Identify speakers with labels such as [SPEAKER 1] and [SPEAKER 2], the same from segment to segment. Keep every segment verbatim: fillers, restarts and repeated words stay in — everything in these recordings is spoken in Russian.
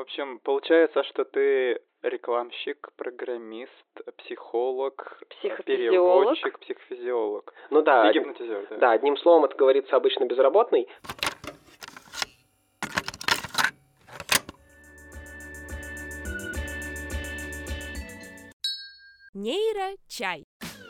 [SPEAKER 1] общем, получается, что ты рекламщик, программист, психолог,
[SPEAKER 2] Психофизиолог.
[SPEAKER 1] переводчик, психофизиолог.
[SPEAKER 3] Ну да,
[SPEAKER 1] И
[SPEAKER 3] один-
[SPEAKER 1] гипнотизер, да.
[SPEAKER 3] да, одним словом, это говорится обычно безработный.
[SPEAKER 4] Нейрочай.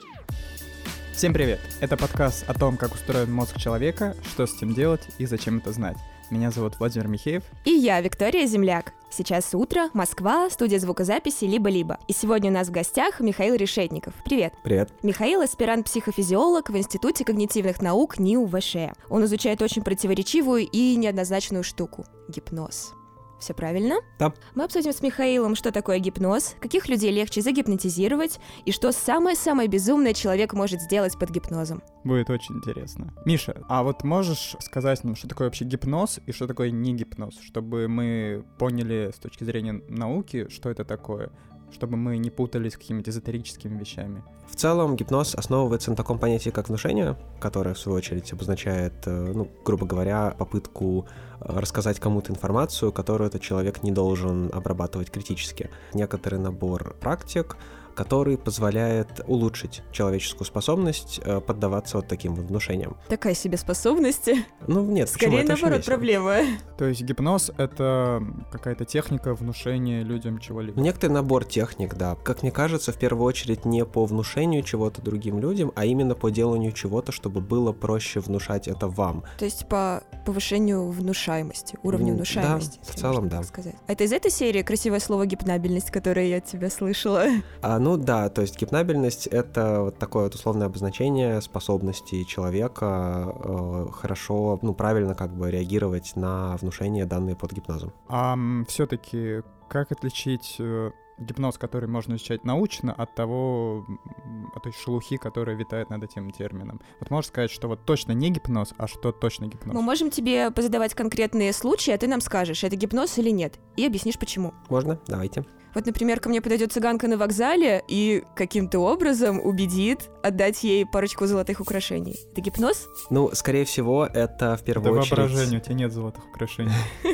[SPEAKER 5] Всем привет! Это подкаст о том, как устроен мозг человека, что с этим делать и зачем это знать. Меня зовут Владимир Михеев.
[SPEAKER 4] И я, Виктория Земляк. Сейчас утро, Москва, студия звукозаписи «Либо-либо». И сегодня у нас в гостях Михаил Решетников. Привет!
[SPEAKER 3] Привет.
[SPEAKER 4] Михаил — аспирант-психофизиолог в Институте когнитивных наук НИУ ВШЭ. Он изучает очень противоречивую и неоднозначную штуку — гипноз. Все правильно?
[SPEAKER 3] Да.
[SPEAKER 4] Мы обсудим с Михаилом, что такое гипноз, каких людей легче загипнотизировать и что самое-самое безумное человек может сделать под гипнозом.
[SPEAKER 5] Будет очень интересно. Миша, а вот можешь сказать нам, что такое вообще гипноз и что такое не гипноз, чтобы мы поняли с точки зрения науки, что это такое, чтобы мы не путались с какими-то эзотерическими вещами?
[SPEAKER 3] В целом гипноз основывается на таком понятии, как внушение, которое, в свою очередь, обозначает, ну, грубо говоря, попытку рассказать кому-то информацию, которую этот человек не должен обрабатывать критически. Некоторый набор практик, который позволяет улучшить человеческую способность поддаваться вот таким вот внушениям.
[SPEAKER 4] Такая себе способность.
[SPEAKER 3] Ну, нет, почему?
[SPEAKER 4] Скорее,
[SPEAKER 3] Это очень
[SPEAKER 4] наоборот,
[SPEAKER 3] весело.
[SPEAKER 4] проблема.
[SPEAKER 5] То есть гипноз — это какая-то техника внушения людям чего-либо?
[SPEAKER 3] Некоторый набор техник, да. Как мне кажется, в первую очередь не по внушению чего-то другим людям, а именно по деланию чего-то, чтобы было проще внушать это вам.
[SPEAKER 4] То есть по повышению внушаемости, уровню
[SPEAKER 3] Ну,
[SPEAKER 4] внушаемости.
[SPEAKER 3] да, в
[SPEAKER 4] если
[SPEAKER 3] целом,
[SPEAKER 4] можно
[SPEAKER 3] да.
[SPEAKER 4] так сказать. А это из этой серии красивое слово «гипнабельность», которое я от тебя слышала?
[SPEAKER 3] А, ну да, то есть гипнабельность — это вот такое вот условное обозначение способности человека э, хорошо, ну правильно как бы реагировать на внушения, данные под гипнозом.
[SPEAKER 5] А все-таки как отличить э, гипноз, который можно изучать научно, от того, м, от той шелухи, которая витает над этим термином? Вот можешь сказать, что вот точно не гипноз, а что точно гипноз?
[SPEAKER 4] Мы можем тебе позадавать конкретные случаи, а ты нам скажешь, это гипноз или нет, и объяснишь, почему.
[SPEAKER 3] Можно? Давайте.
[SPEAKER 4] Вот, например, ко мне подойдет цыганка на вокзале и каким-то образом убедит отдать ей парочку золотых украшений. Это гипноз?
[SPEAKER 3] Ну, скорее всего, это в
[SPEAKER 5] Да
[SPEAKER 3] первую очередь...
[SPEAKER 5] воображение, у тебя нет золотых украшений.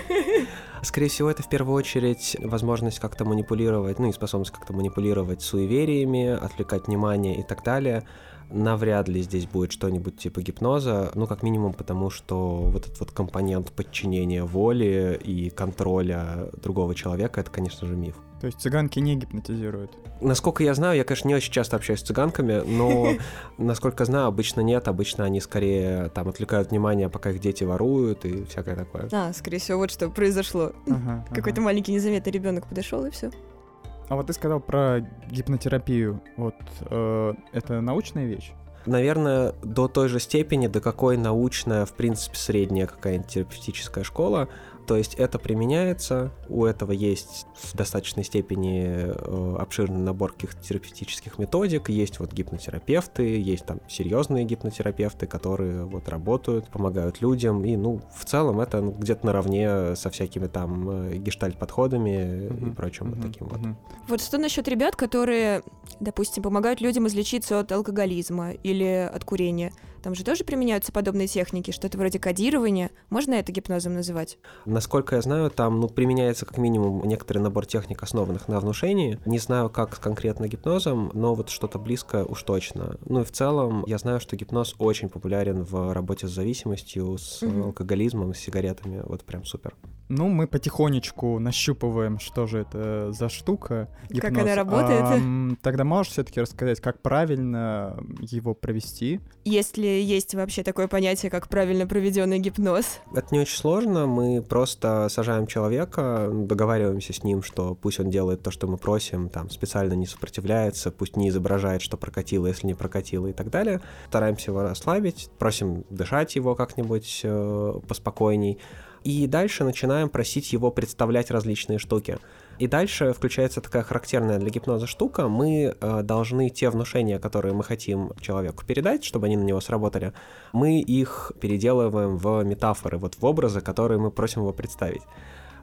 [SPEAKER 3] Скорее всего, это в первую очередь возможность как-то манипулировать, ну и способность как-то манипулировать суевериями, отвлекать внимание и так далее. Навряд ли здесь будет что-нибудь типа гипноза, ну, как минимум потому, что вот этот вот компонент подчинения воли и контроля другого человека — это, конечно же, миф.
[SPEAKER 5] То есть цыганки не гипнотизируют?
[SPEAKER 3] Насколько я знаю, я, конечно, не очень часто общаюсь с цыганками, но, насколько знаю, обычно нет, обычно они скорее там отвлекают внимание, пока их дети воруют и всякое такое.
[SPEAKER 4] А, скорее всего, вот что произошло.
[SPEAKER 5] Ага,
[SPEAKER 4] Какой-то
[SPEAKER 5] ага.
[SPEAKER 4] маленький незаметный ребенок подошел и все.
[SPEAKER 5] А вот ты сказал про гипнотерапию. Вот э, это научная вещь?
[SPEAKER 3] Наверное, до той же степени, до какой научная, в принципе, средняя какая-нибудь терапевтическая школа. То есть это применяется, у этого есть в достаточной степени э, обширный набор каких-то терапевтических методик, есть вот гипнотерапевты, есть там серьезные гипнотерапевты, которые вот работают, помогают людям, и, ну, в целом это ну, где-то наравне со всякими там э, гештальт-подходами
[SPEAKER 5] Мгм,
[SPEAKER 3] и прочим
[SPEAKER 5] мгм,
[SPEAKER 3] вот таким вот.
[SPEAKER 5] мгм.
[SPEAKER 4] Вот что насчет ребят, которые, допустим, помогают людям излечиться от алкоголизма или от курения? Там же тоже применяются подобные техники, что-то вроде кодирования. Можно это гипнозом называть?
[SPEAKER 3] Насколько я знаю, там ну, применяется как минимум некоторый набор техник, основанных на внушении. Не знаю, как с конкретно гипнозом, но вот что-то близкое уж точно. Ну и в целом я знаю, что гипноз очень популярен в работе с зависимостью, с
[SPEAKER 4] Мгм.
[SPEAKER 3] алкоголизмом, с сигаретами. Вот прям супер.
[SPEAKER 5] Ну, мы потихонечку нащупываем, что же это за штука.
[SPEAKER 4] Как
[SPEAKER 5] гипноз.
[SPEAKER 4] она работает.
[SPEAKER 5] Ам, тогда можешь все-таки рассказать, как правильно его провести?
[SPEAKER 4] Если есть вообще такое понятие, как правильно проведенный гипноз.
[SPEAKER 3] Это не очень сложно, мы просто сажаем человека, договариваемся с ним, что пусть он делает то, что мы просим, там специально не сопротивляется, пусть не изображает, что прокатило, если не прокатило и так далее. Стараемся его расслабить, просим дышать его как-нибудь э, поспокойней. И дальше начинаем просить его представлять различные штуки. И дальше включается такая характерная для гипноза штука. Мы э, должны те внушения, которые мы хотим человеку передать, чтобы они на него сработали, мы их переделываем в метафоры, вот в образы, которые мы просим его представить.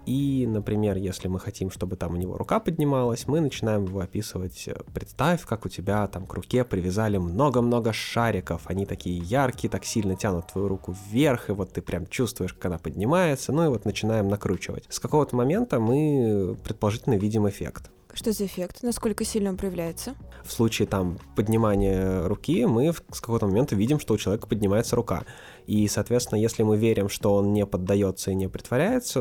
[SPEAKER 3] И, например, если мы хотим, чтобы там у него рука поднималась, мы начинаем его описывать. Представь, как у тебя там к руке привязали много-много шариков. Они такие яркие, так сильно тянут твою руку вверх, и вот ты прям чувствуешь, как она поднимается. Ну и вот начинаем накручивать. С какого-то момента мы предположительно видим эффект.
[SPEAKER 4] Что за эффект? Насколько сильно он проявляется?
[SPEAKER 3] В случае там поднимания руки мы с какого-то момента видим, что у человека поднимается рука. И, соответственно, если мы верим, что он не поддается и не притворяется,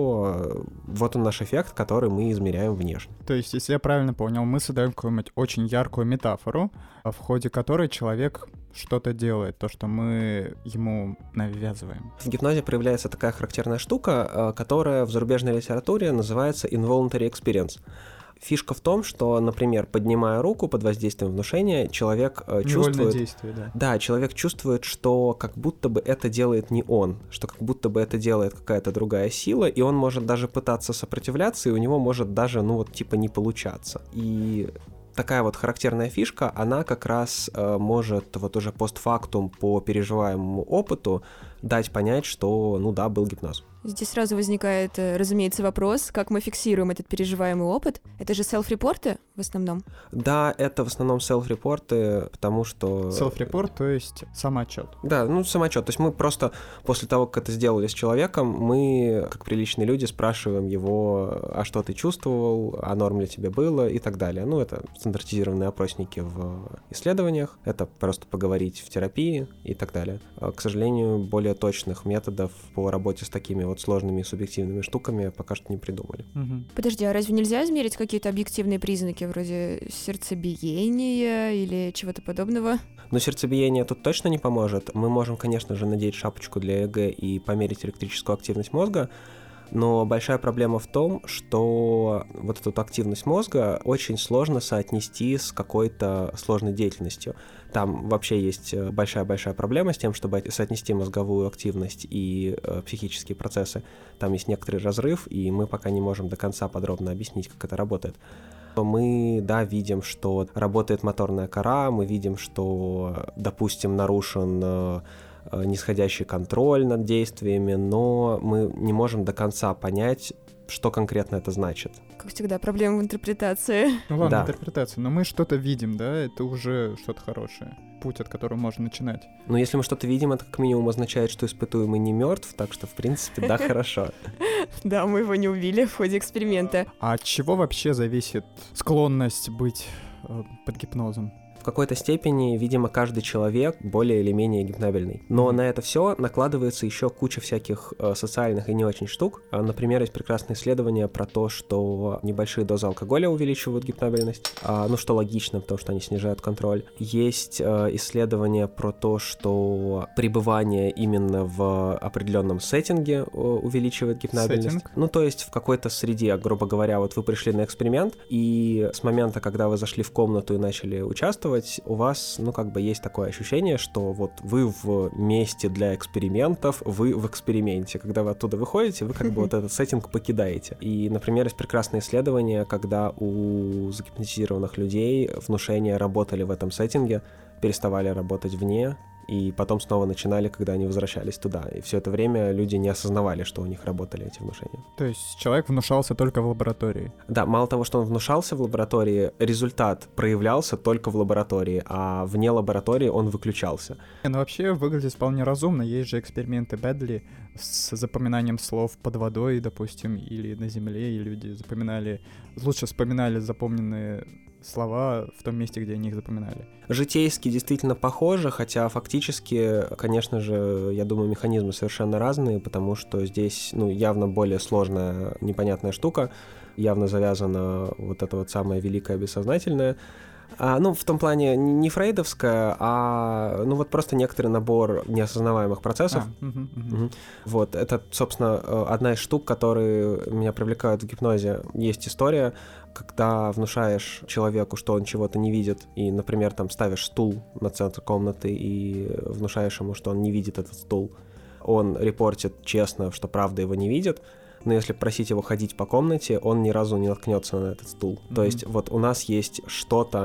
[SPEAKER 3] то вот он наш эффект, который мы измеряем внешне.
[SPEAKER 5] То есть, если я правильно понял, мы создаем какую-нибудь очень яркую метафору, в ходе которой человек что-то делает, то, что мы ему навязываем.
[SPEAKER 3] В гипнозе проявляется такая характерная штука, которая в зарубежной литературе называется involuntary experience. Фишка в том, что, например, поднимая руку под воздействием внушения, человек э, чувствует...
[SPEAKER 5] действие, да.
[SPEAKER 3] Да, человек чувствует, что как будто бы это делает не он, что как будто бы это делает какая-то другая сила, и он может даже пытаться сопротивляться, и у него может даже, ну вот, типа не получаться. И такая вот характерная фишка, она как раз э, может вот уже постфактум по переживаемому опыту дать понять, что, ну да, был гипноз.
[SPEAKER 4] Здесь сразу возникает, разумеется, вопрос, как мы фиксируем этот переживаемый опыт. Это же селф-репорты в основном?
[SPEAKER 3] Да, это в основном селф-репорты, потому что...
[SPEAKER 5] Селф-репорт, то есть самоотчет.
[SPEAKER 3] Да, ну самоотчет. То есть мы просто после того, как это сделали с человеком, мы, как приличные люди, спрашиваем его, а что ты чувствовал, а норм ли тебе было и так далее. Ну, это стандартизированные опросники в исследованиях, это просто поговорить в терапии и так далее. К сожалению, более точных методов по работе с такими вот сложными субъективными штуками пока что не придумали.
[SPEAKER 5] Угу.
[SPEAKER 4] Подожди, а разве нельзя измерить какие-то объективные признаки, вроде сердцебиения или чего-то подобного?
[SPEAKER 3] Но сердцебиение тут точно не поможет. Мы можем, конечно же, надеть шапочку для ЭГ и померить электрическую активность мозга, но большая проблема в том, что вот эту активность мозга очень сложно соотнести с какой-то сложной деятельностью. Там вообще есть большая-большая проблема с тем, чтобы соотнести мозговую активность и э, психические процессы. Там есть некоторый разрыв, и мы пока не можем до конца подробно объяснить, как это работает. Мы, да, видим, что работает моторная кора, мы видим, что, допустим, нарушен э, нисходящий контроль над действиями, но мы не можем до конца понять, что конкретно это значит.
[SPEAKER 4] Как всегда, проблема в интерпретации.
[SPEAKER 5] Ну ладно,
[SPEAKER 3] Да.
[SPEAKER 5] интерпретация, но мы что-то видим, да, это уже что-то хорошее. Путь, от которого можно начинать.
[SPEAKER 3] Но если мы что-то видим, это как минимум означает, что испытуемый не мертв, так что, в принципе, да, хорошо.
[SPEAKER 4] Да, мы его не убили в ходе эксперимента.
[SPEAKER 5] А от чего вообще зависит склонность быть э, под гипнозом?
[SPEAKER 3] В какой-то степени, видимо, каждый человек более или менее гипнабельный. Но на это все накладывается еще куча всяких э, социальных и не очень штук. А, например, есть прекрасное исследование про то, что небольшие дозы алкоголя увеличивают гипнабельность. А, ну, что логично, потому что они снижают контроль. Есть э, исследование про то, что пребывание именно в определенном сеттинге э, увеличивает гипнабельность.
[SPEAKER 5] Сеттинг?
[SPEAKER 3] Ну, то есть в какой-то среде, грубо говоря, вот вы пришли на эксперимент, и с момента, когда вы зашли в комнату и начали участвовать, у вас, ну, как бы есть такое ощущение, что вот вы в месте для экспериментов, вы в эксперименте. Когда вы оттуда выходите, вы как бы вот этот сеттинг покидаете. И, например, есть прекрасное исследование, когда у загипнотизированных людей внушения работали в этом сеттинге, переставали работать вне, и потом снова начинали, когда они возвращались туда. И все это время люди не осознавали, что у них работали эти внушения.
[SPEAKER 5] То есть человек внушался только в лаборатории?
[SPEAKER 3] Да, мало того, что он внушался в лаборатории, результат проявлялся только в лаборатории, а вне лаборатории он выключался.
[SPEAKER 5] Не, ну вообще выглядит вполне разумно. Есть же эксперименты Бэдли с запоминанием слов под водой, допустим, или на земле, и люди запоминали, лучше вспоминали запомненные слова в том месте, где они их запоминали.
[SPEAKER 3] Житейски действительно похоже, хотя фактически, конечно же, я думаю, механизмы совершенно разные, потому что здесь, ну, явно более сложная, непонятная штука, явно завязана вот эта вот самая великая бессознательная. А, ну, в том плане не фрейдовская, а, ну, вот просто некоторый набор неосознаваемых процессов.
[SPEAKER 5] А, угу, угу.
[SPEAKER 3] Угу. Вот, это, собственно, одна из штук, которые меня привлекают в гипнозе. Есть история, когда внушаешь человеку, что он чего-то не видит, и, например, там ставишь стул на центр комнаты и внушаешь ему, что он не видит этот стул. Он репортит честно, что правда его не видит, но если просить его ходить по комнате, он ни разу не наткнется на этот стул. Mm-hmm. То есть вот у нас есть что-то,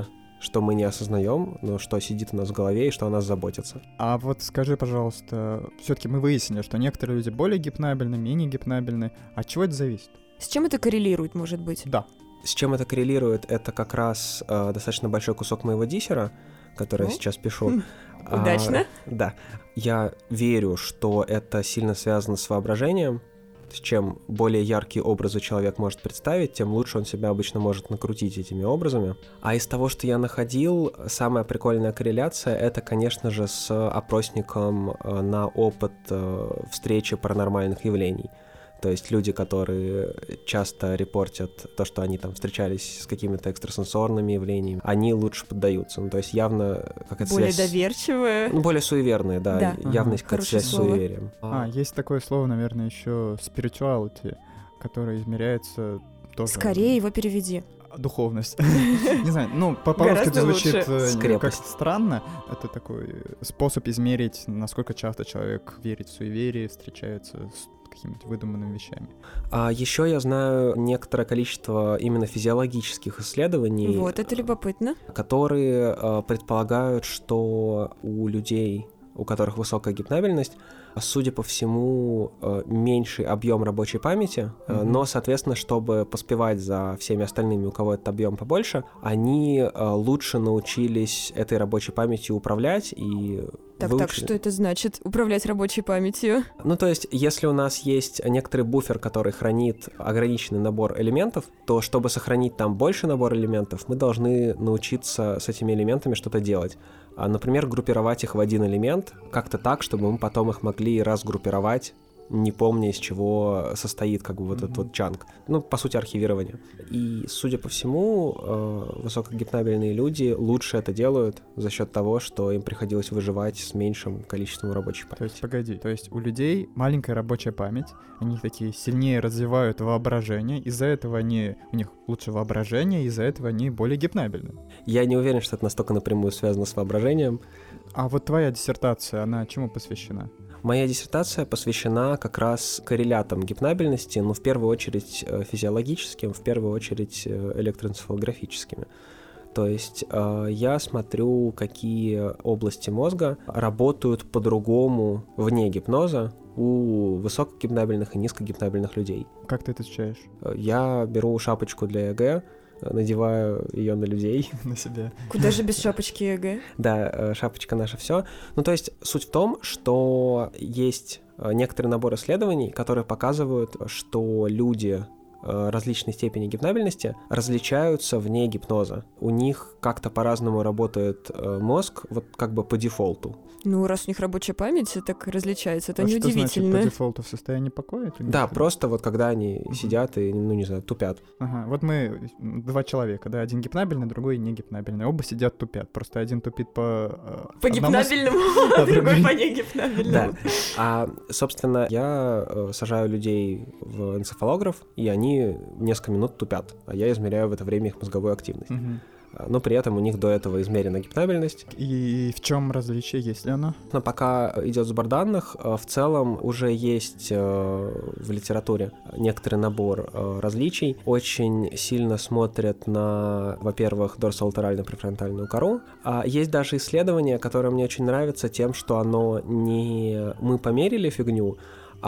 [SPEAKER 3] что мы не осознаем, но что сидит у нас в голове и что о нас заботится.
[SPEAKER 5] А вот скажи, пожалуйста, все-таки мы выяснили, что некоторые люди более гипнабельны, менее гипнабельны. От чего это зависит?
[SPEAKER 4] С чем это коррелирует, может быть?
[SPEAKER 5] Да.
[SPEAKER 3] С чем это коррелирует? Это как раз э, достаточно большой кусок моего диссера, который
[SPEAKER 4] Ну,
[SPEAKER 3] я сейчас пишу. А,
[SPEAKER 4] удачно.
[SPEAKER 3] Да. Я верю, что это сильно связано с воображением. Чем более яркие образы человек может представить, тем лучше он себя обычно может накрутить этими образами. А из того, что я находил, самая прикольная корреляция — это, конечно же, с опросником на опыт встречи паранормальных явлений. То есть люди, которые часто репортят то, что они там встречались с какими-то экстрасенсорными явлениями, они лучше поддаются. Ну, то есть явно какая-то
[SPEAKER 4] Более
[SPEAKER 3] связь...
[SPEAKER 4] доверчивые.
[SPEAKER 3] Ну, более суеверные, да.
[SPEAKER 4] Да.
[SPEAKER 3] Явно
[SPEAKER 5] Ага.
[SPEAKER 3] есть какая-то
[SPEAKER 4] Хорошее
[SPEAKER 3] связь с
[SPEAKER 4] слово.
[SPEAKER 3] суеверием.
[SPEAKER 5] А, есть такое слово, наверное, еще spirituality, которое измеряется тоже...
[SPEAKER 4] Скорее его переведи.
[SPEAKER 5] Духовность. Не знаю, ну, по- по-русски это
[SPEAKER 4] Гораздо
[SPEAKER 5] звучит
[SPEAKER 4] лучше.
[SPEAKER 5] э,
[SPEAKER 3] Скрепость.
[SPEAKER 5] как-то странно. Это такой способ измерить, насколько часто человек верит в суеверие, встречается с какими-то выдуманными вещами.
[SPEAKER 3] А еще я знаю некоторое количество именно физиологических исследований,
[SPEAKER 4] Вот, это любопытно.
[SPEAKER 3] которые э, предполагают, что у людей, у которых высокая гипнабельность, судя по всему, э, меньший объем рабочей памяти, э,
[SPEAKER 5] Мгм.
[SPEAKER 3] но, соответственно, чтобы поспевать за всеми остальными, у кого этот объем побольше, они э, лучше научились этой рабочей памятью управлять и
[SPEAKER 4] Так, так,
[SPEAKER 3] выучили.
[SPEAKER 4] что это значит? Управлять рабочей памятью?
[SPEAKER 3] Ну, то есть, если у нас есть некоторый буфер, который хранит ограниченный набор элементов, то чтобы сохранить там больше набор элементов, мы должны научиться с этими элементами что-то делать. А, например, группировать их в один элемент как-то так, чтобы мы потом их могли разгруппировать, не помня, из чего состоит как бы вот
[SPEAKER 5] Мгм.
[SPEAKER 3] этот вот чанк. Ну, по сути, архивирование. И, судя по всему, э, высокогипнабельные люди лучше это делают за счет того, что им приходилось выживать с меньшим количеством рабочей памяти.
[SPEAKER 5] То есть, погоди, то есть у людей маленькая рабочая память, они такие сильнее развивают воображение, из-за этого они, у них лучше воображение, из-за этого они более гипнабельны.
[SPEAKER 3] Я не уверен, что это настолько напрямую связано с воображением.
[SPEAKER 5] А вот твоя диссертация, она чему посвящена?
[SPEAKER 3] Моя диссертация посвящена как раз коррелятам гипнабельности, но в первую очередь э, физиологическим, в первую очередь э, электроэнцефалографическими. То есть э, я смотрю, какие области мозга работают по-другому вне гипноза у высокогипнабельных и низкогипнабельных людей.
[SPEAKER 5] Как ты это изучаешь?
[SPEAKER 3] Э, Я беру шапочку для ЭГ, надеваю ее на людей.
[SPEAKER 5] На себя.
[SPEAKER 4] Куда же без шапочки ЭГ?
[SPEAKER 3] Да, э, шапочка наша все. Ну, то есть суть в том, что есть э, некоторый набор исследований, которые показывают, что люди э, различной степени гипнабельности различаются вне гипноза. У них как-то по-разному работает э, мозг, вот как бы по дефолту.
[SPEAKER 4] Ну, раз у них рабочая память так различается, это
[SPEAKER 5] А что значит
[SPEAKER 4] неудивительно.
[SPEAKER 5] по дефолту в состоянии покоя? Это
[SPEAKER 3] Да,
[SPEAKER 5] не-
[SPEAKER 3] просто вот когда они
[SPEAKER 5] Мгм.
[SPEAKER 3] сидят и, ну, не знаю, тупят.
[SPEAKER 5] Ага, вот мы два человека, да, один гипнабельный, другой не гипнабельный. Оба сидят тупят, просто один тупит по... э,
[SPEAKER 4] По
[SPEAKER 5] одному с-
[SPEAKER 4] гипнабельному,
[SPEAKER 5] А
[SPEAKER 4] а другой
[SPEAKER 5] другой-
[SPEAKER 4] по негипнабельному.
[SPEAKER 3] Да. А, собственно, я э, сажаю людей в энцефалограф, и они несколько минут тупят, а я измеряю в это время их мозговую активность.
[SPEAKER 5] Мгм.
[SPEAKER 3] А, Но при этом у них до этого измерена гипнабельность.
[SPEAKER 5] И в чем различие, есть ли оно?
[SPEAKER 3] Но пока идет сбор данных, э, в целом уже есть э, в литературе некоторый набор э, различий. Очень сильно смотрят на, во-первых, дорсолатерально-префронтальную кору. А есть даже исследование, которое мне очень нравится тем, что оно не мы померили фигню,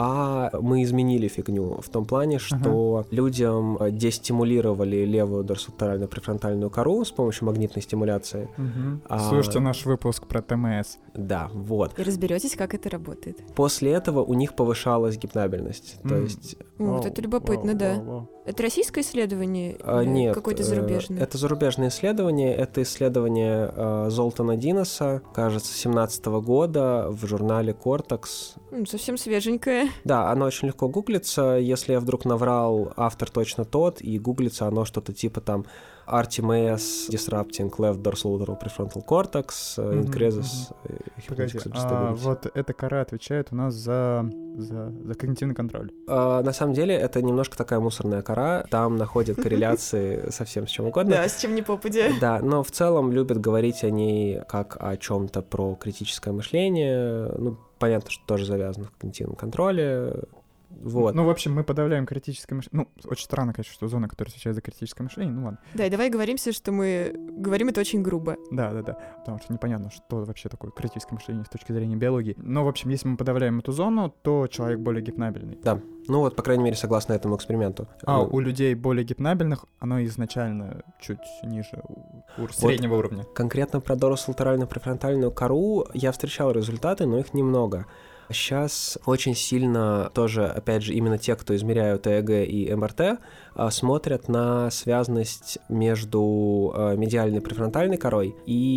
[SPEAKER 3] а мы изменили фигню в том плане, что людям э, дестимулировали левую дорсолатерально-префронтальную кору с помощью магнитной стимуляции.
[SPEAKER 5] Мгм.
[SPEAKER 3] А-
[SPEAKER 5] Слушайте наш выпуск про ТМС.
[SPEAKER 3] Да, вот.
[SPEAKER 4] И разберетесь, как это работает.
[SPEAKER 3] После этого у них повышалась гипнабельность. То
[SPEAKER 5] М.
[SPEAKER 3] есть...
[SPEAKER 4] О, вот
[SPEAKER 5] Вау,
[SPEAKER 4] это любопытно,
[SPEAKER 5] вау,
[SPEAKER 4] да.
[SPEAKER 5] вау, вау.
[SPEAKER 4] Это российское исследование?
[SPEAKER 3] а,
[SPEAKER 4] или
[SPEAKER 3] нет,
[SPEAKER 4] какое-то
[SPEAKER 3] э,
[SPEAKER 4] зарубежное?
[SPEAKER 3] это зарубежное исследование. Это исследование э, Золтана Диноса, кажется, семнадцатого года в журнале Cortex.
[SPEAKER 4] М, Совсем свеженькое.
[SPEAKER 3] Да, оно очень легко гуглится. Если я вдруг наврал, автор точно тот, и гуглится оно что-то типа там ар ти эм эс, Disrupting Left Dorsolateral Prefrontal Cortex, э,
[SPEAKER 5] Мгм,
[SPEAKER 3] Increases э,
[SPEAKER 5] Погоди,
[SPEAKER 3] Hypnotic
[SPEAKER 5] а
[SPEAKER 3] Stability.
[SPEAKER 5] вот эта кора отвечает у нас за, за, за когнитивный контроль.
[SPEAKER 3] А, на самом деле это немножко такая мусорная кора. Там находят корреляции совсем с чем угодно.
[SPEAKER 4] Да, с чем не попадя.
[SPEAKER 3] Да, но в целом любят говорить о ней как о чем-то про критическое мышление. Ну, понятно, что тоже завязано в когнитивном контроле. Вот.
[SPEAKER 5] Ну, в общем, мы подавляем критическое мышление. Ну, очень странно, конечно, что зона, которая отвечает за критическое мышление, ну ладно.
[SPEAKER 4] Да, и давай говоримся, что мы говорим это очень грубо.
[SPEAKER 5] Да, да, да. Потому что непонятно, что вообще такое критическое мышление с точки зрения биологии. Но, в общем, если мы подавляем эту зону, то человек более гипнабельный.
[SPEAKER 3] Да. Ну вот, по крайней мере, согласно этому эксперименту.
[SPEAKER 5] А
[SPEAKER 3] Ну,
[SPEAKER 5] у людей более гипнабельных оно изначально чуть ниже у- у среднего уровня.
[SPEAKER 3] конкретно про дорсолатерально-префронтальную кору я встречал результаты, но их немного. Сейчас очень сильно тоже, опять же, именно те, кто измеряют ЭЭГ и МРТ, а, смотрят на связность между а, медиальной префронтальной корой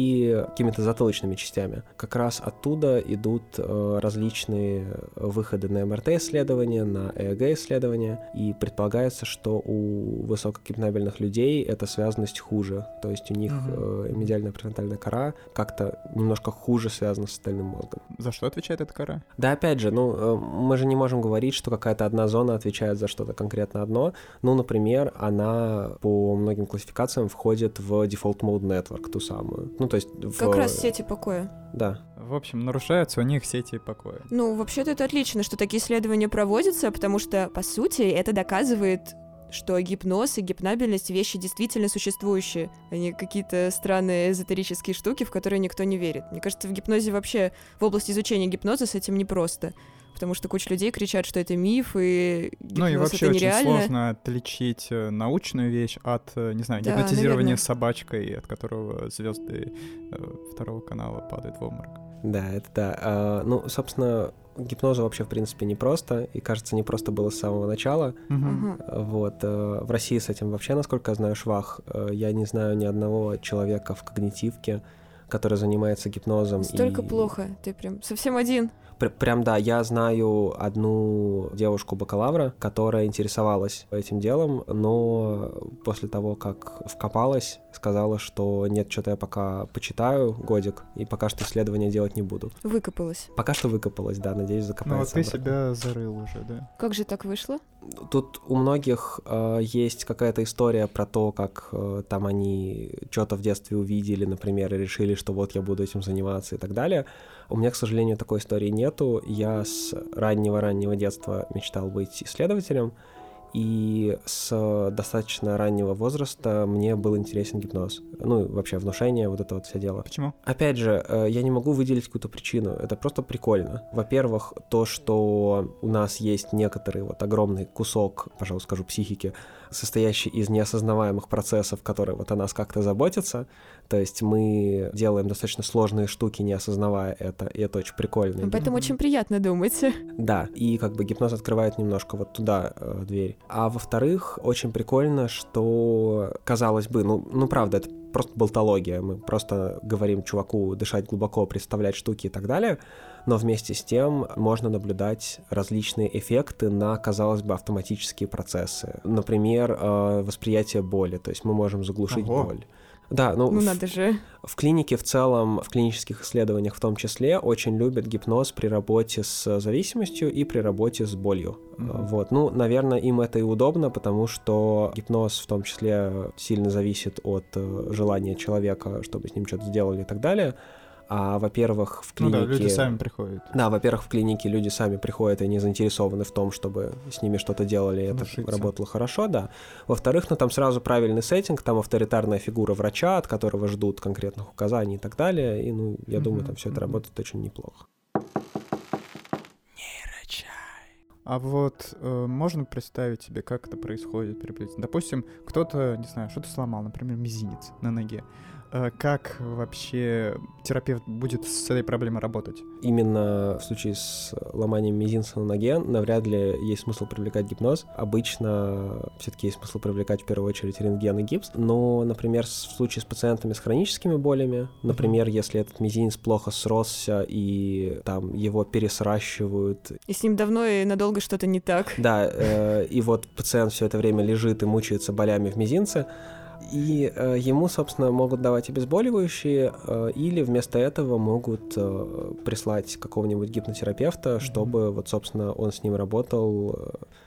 [SPEAKER 3] и какими-то затылочными частями. Как раз оттуда идут а, различные выходы на МРТ-исследования, на ЭЭГ-исследования, и предполагается, что у высокогипнабельных людей эта связанность хуже. То есть у них
[SPEAKER 5] Мгм.
[SPEAKER 3] э, медиальная префронтальная кора как-то немножко хуже связана с остальным мозгом.
[SPEAKER 5] За что отвечает эта кора?
[SPEAKER 3] Да, опять же, ну, э, мы же не можем говорить, что какая-то одна зона отвечает за что-то конкретно одно. Ну, например, она по многим классификациям входит в Default Mode Network, ту самую. Ну, то есть в...
[SPEAKER 4] Как раз сети покоя.
[SPEAKER 3] Да.
[SPEAKER 5] В общем, нарушаются у них сети покоя.
[SPEAKER 4] Ну, вообще-то это отлично, что такие исследования проводятся, потому что, по сути, это доказывает, что гипноз и гипнабельность — вещи действительно существующие, а не какие-то странные эзотерические штуки, в которые никто не верит. Мне кажется, в гипнозе вообще, в области изучения гипноза с этим непросто, потому что куча людей кричат, что это миф, и гипноз
[SPEAKER 5] Ну и вообще
[SPEAKER 4] это
[SPEAKER 5] очень
[SPEAKER 4] нереально.
[SPEAKER 5] сложно отличить э, научную вещь от, э, не знаю,
[SPEAKER 4] Да,
[SPEAKER 5] гипнотизирования
[SPEAKER 4] наверное.
[SPEAKER 5] собачкой, от которого звезды э, второго канала падают в обморок.
[SPEAKER 3] Да, это да. А, ну, собственно, гипнозу вообще, в принципе, непросто, и, кажется, непросто было с самого начала.
[SPEAKER 5] Мгм.
[SPEAKER 4] Ага.
[SPEAKER 3] Вот. э, В России с этим вообще, насколько я знаю, швах. Э, Я не знаю ни одного человека в когнитивке, который занимается гипнозом.
[SPEAKER 4] Настолько
[SPEAKER 3] и-
[SPEAKER 4] плохо, ты прям совсем один.
[SPEAKER 3] Пр- Прям да, я знаю одну девушку-бакалавра, которая интересовалась этим делом, но после того, как вкопалась, сказала, что нет, что-то я пока почитаю годик, и пока что исследования делать не буду.
[SPEAKER 4] Выкопалась.
[SPEAKER 3] Пока что выкопалась, да, надеюсь,
[SPEAKER 5] Ну вот
[SPEAKER 3] закопается
[SPEAKER 5] ты
[SPEAKER 3] обратно.
[SPEAKER 5] себя зарыл уже, да?
[SPEAKER 4] Как же так вышло?
[SPEAKER 3] Тут у многих э, есть какая-то история про то, как э, там они что-то в детстве увидели, например, и решили, что вот я буду этим заниматься и так далее. У меня, к сожалению, такой истории нету. Я с раннего-раннего детства мечтал быть исследователем, и с достаточно раннего возраста мне был интересен гипноз. Ну, и вообще внушение, вот это вот все дело.
[SPEAKER 5] Почему?
[SPEAKER 3] Опять же, э, я не могу выделить какую-то причину. Это просто прикольно. Во-первых, то, что у нас есть некоторый вот огромный кусок, пожалуй, скажу, психики, состоящий из неосознаваемых процессов, которые вот о нас как-то заботятся. То есть мы делаем достаточно сложные штуки, не осознавая это, и это очень прикольно.
[SPEAKER 4] Об этом
[SPEAKER 5] Мгм.
[SPEAKER 4] очень приятно думать.
[SPEAKER 3] Да, и как бы гипноз открывает немножко вот туда э, дверь. А во-вторых, очень прикольно, что, казалось бы, ну, ну правда, это просто болтология. Мы просто говорим чуваку дышать глубоко, представлять штуки и так далее, но вместе с тем можно наблюдать различные эффекты на, казалось бы, автоматические процессы. Например, э, восприятие боли, то есть мы можем заглушить
[SPEAKER 5] Ого.
[SPEAKER 3] боль. Да, ну,
[SPEAKER 4] Ну
[SPEAKER 3] в-
[SPEAKER 4] надо же.
[SPEAKER 3] в клинике в целом, в клинических исследованиях в том числе, очень любят гипноз при работе с зависимостью и при работе с болью.
[SPEAKER 5] Мгм.
[SPEAKER 3] Вот. Ну, наверное, им это и удобно, потому что гипноз в том числе сильно зависит от э, желания человека, чтобы с ним что-то сделали и так далее. А, во-первых, в
[SPEAKER 5] Ну
[SPEAKER 3] клинике...
[SPEAKER 5] да, люди сами приходят.
[SPEAKER 3] Да, во-первых, в клинике люди сами приходят и не заинтересованы в том, чтобы с ними что-то делали, и это
[SPEAKER 5] Внушиться.
[SPEAKER 3] работало хорошо, да. Во-вторых, ну там сразу правильный сеттинг, там авторитарная фигура врача, от которого ждут конкретных указаний и так далее, и, ну, я думаю,
[SPEAKER 5] Мгм,
[SPEAKER 3] там все это
[SPEAKER 5] мгм.
[SPEAKER 3] работает очень неплохо.
[SPEAKER 5] А вот э, можно представить себе, как это происходит приблизительно? Допустим, кто-то, не знаю, что-то сломал, например, мизинец на ноге. Э, как вообще терапевт будет с этой проблемой работать?
[SPEAKER 3] Именно в случае с ломанием мизинца на ноге навряд ли есть смысл привлекать гипноз. Обычно все-таки есть смысл привлекать в первую очередь рентген и гипс. Но, например, с- в случае с пациентами с хроническими болями, например, если этот мизинец плохо сросся и там его пересращивают,
[SPEAKER 4] И с ним давно и надолго что-то не так.
[SPEAKER 3] да, э, и вот пациент все это время лежит и мучается болями в мизинце, и э, ему, собственно, могут давать обезболивающие, э, или вместо этого могут э, прислать какого-нибудь гипнотерапевта, чтобы вот, собственно, он с ним работал, э,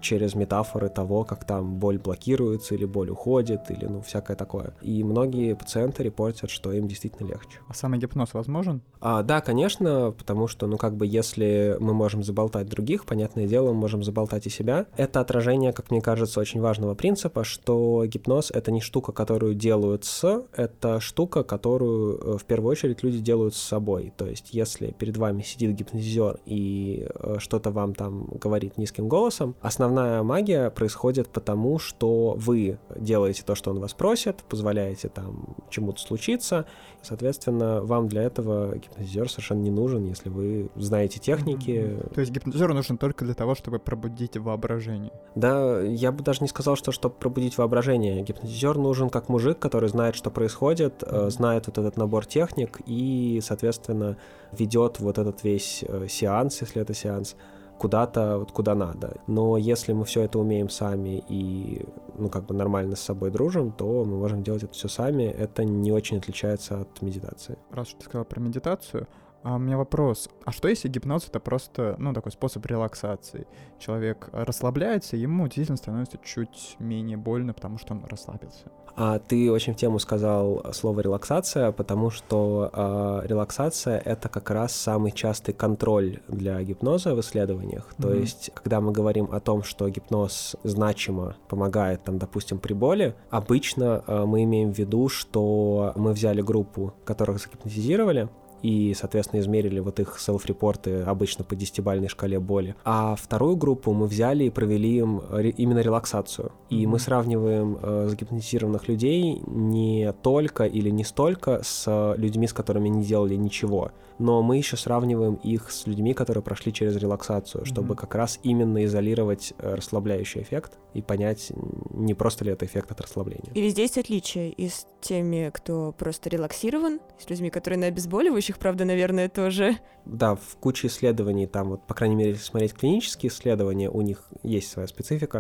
[SPEAKER 3] через метафоры того, как там боль блокируется или боль уходит, или ну всякое такое. И многие пациенты репортят, что им действительно легче.
[SPEAKER 5] А самогипноз возможен?
[SPEAKER 3] А, да, конечно, потому что, ну, как бы, если мы можем заболтать других, понятное дело, мы можем заболтать и себя. Это отражение, как мне кажется, очень важного принципа, что гипноз — это не штука, которую делают с, это штука, которую в первую очередь люди делают с собой. То есть, если перед вами сидит гипнотизер и что-то вам там говорит низким голосом, основная магия происходит потому, что вы делаете то, что он вас просит, позволяете там чему-то случиться, соответственно, вам для этого гипнотизер совершенно не нужен, если вы знаете техники.
[SPEAKER 5] Mm-hmm. То есть гипнотизер нужен только для того, чтобы пробудить воображение?
[SPEAKER 3] Да, я бы даже не сказал, что чтобы пробудить воображение. Гипнотизер нужен как мужик, который знает, что происходит, mm-hmm. знает вот этот набор техник и, соответственно, ведет вот этот весь сеанс, если это сеанс, куда-то, вот куда надо. Но если мы все это умеем сами и, ну, как бы нормально с собой дружим, то мы можем делать это все сами. Это не очень отличается от медитации.
[SPEAKER 5] Раз уж ты сказал про медитацию, а у меня вопрос. А что если гипноз — это просто, ну, такой способ релаксации? Человек расслабляется, ему действительно становится чуть менее больно, потому что он расслабился.
[SPEAKER 3] А ты очень в тему сказал слово «релаксация», потому что э, релаксация — это как раз самый частый контроль для гипноза в исследованиях. Mm-hmm. То есть, когда мы говорим о том, что гипноз значимо помогает, там, допустим, при боли, обычно э, мы имеем в виду, что мы взяли группу, которых загипнотизировали, и, соответственно, измерили вот их селф-репорты обычно по десятибалльной шкале боли. А вторую группу мы взяли и провели им ре- именно релаксацию. И mm-hmm. мы сравниваем э, загипнотизированных людей не только или не столько с людьми, с которыми не делали ничего, но мы еще сравниваем их с людьми, которые прошли через релаксацию, mm-hmm. чтобы как раз именно изолировать э, расслабляющий эффект и понять, не просто ли это эффект от расслабления.
[SPEAKER 4] Или здесь отличие и с теми, кто просто релаксирован, с людьми, которые на обезболивающих, правда, наверное, тоже.
[SPEAKER 3] Да, в куче исследований, там вот, по крайней мере, если смотреть клинические исследования, у них есть своя специфика,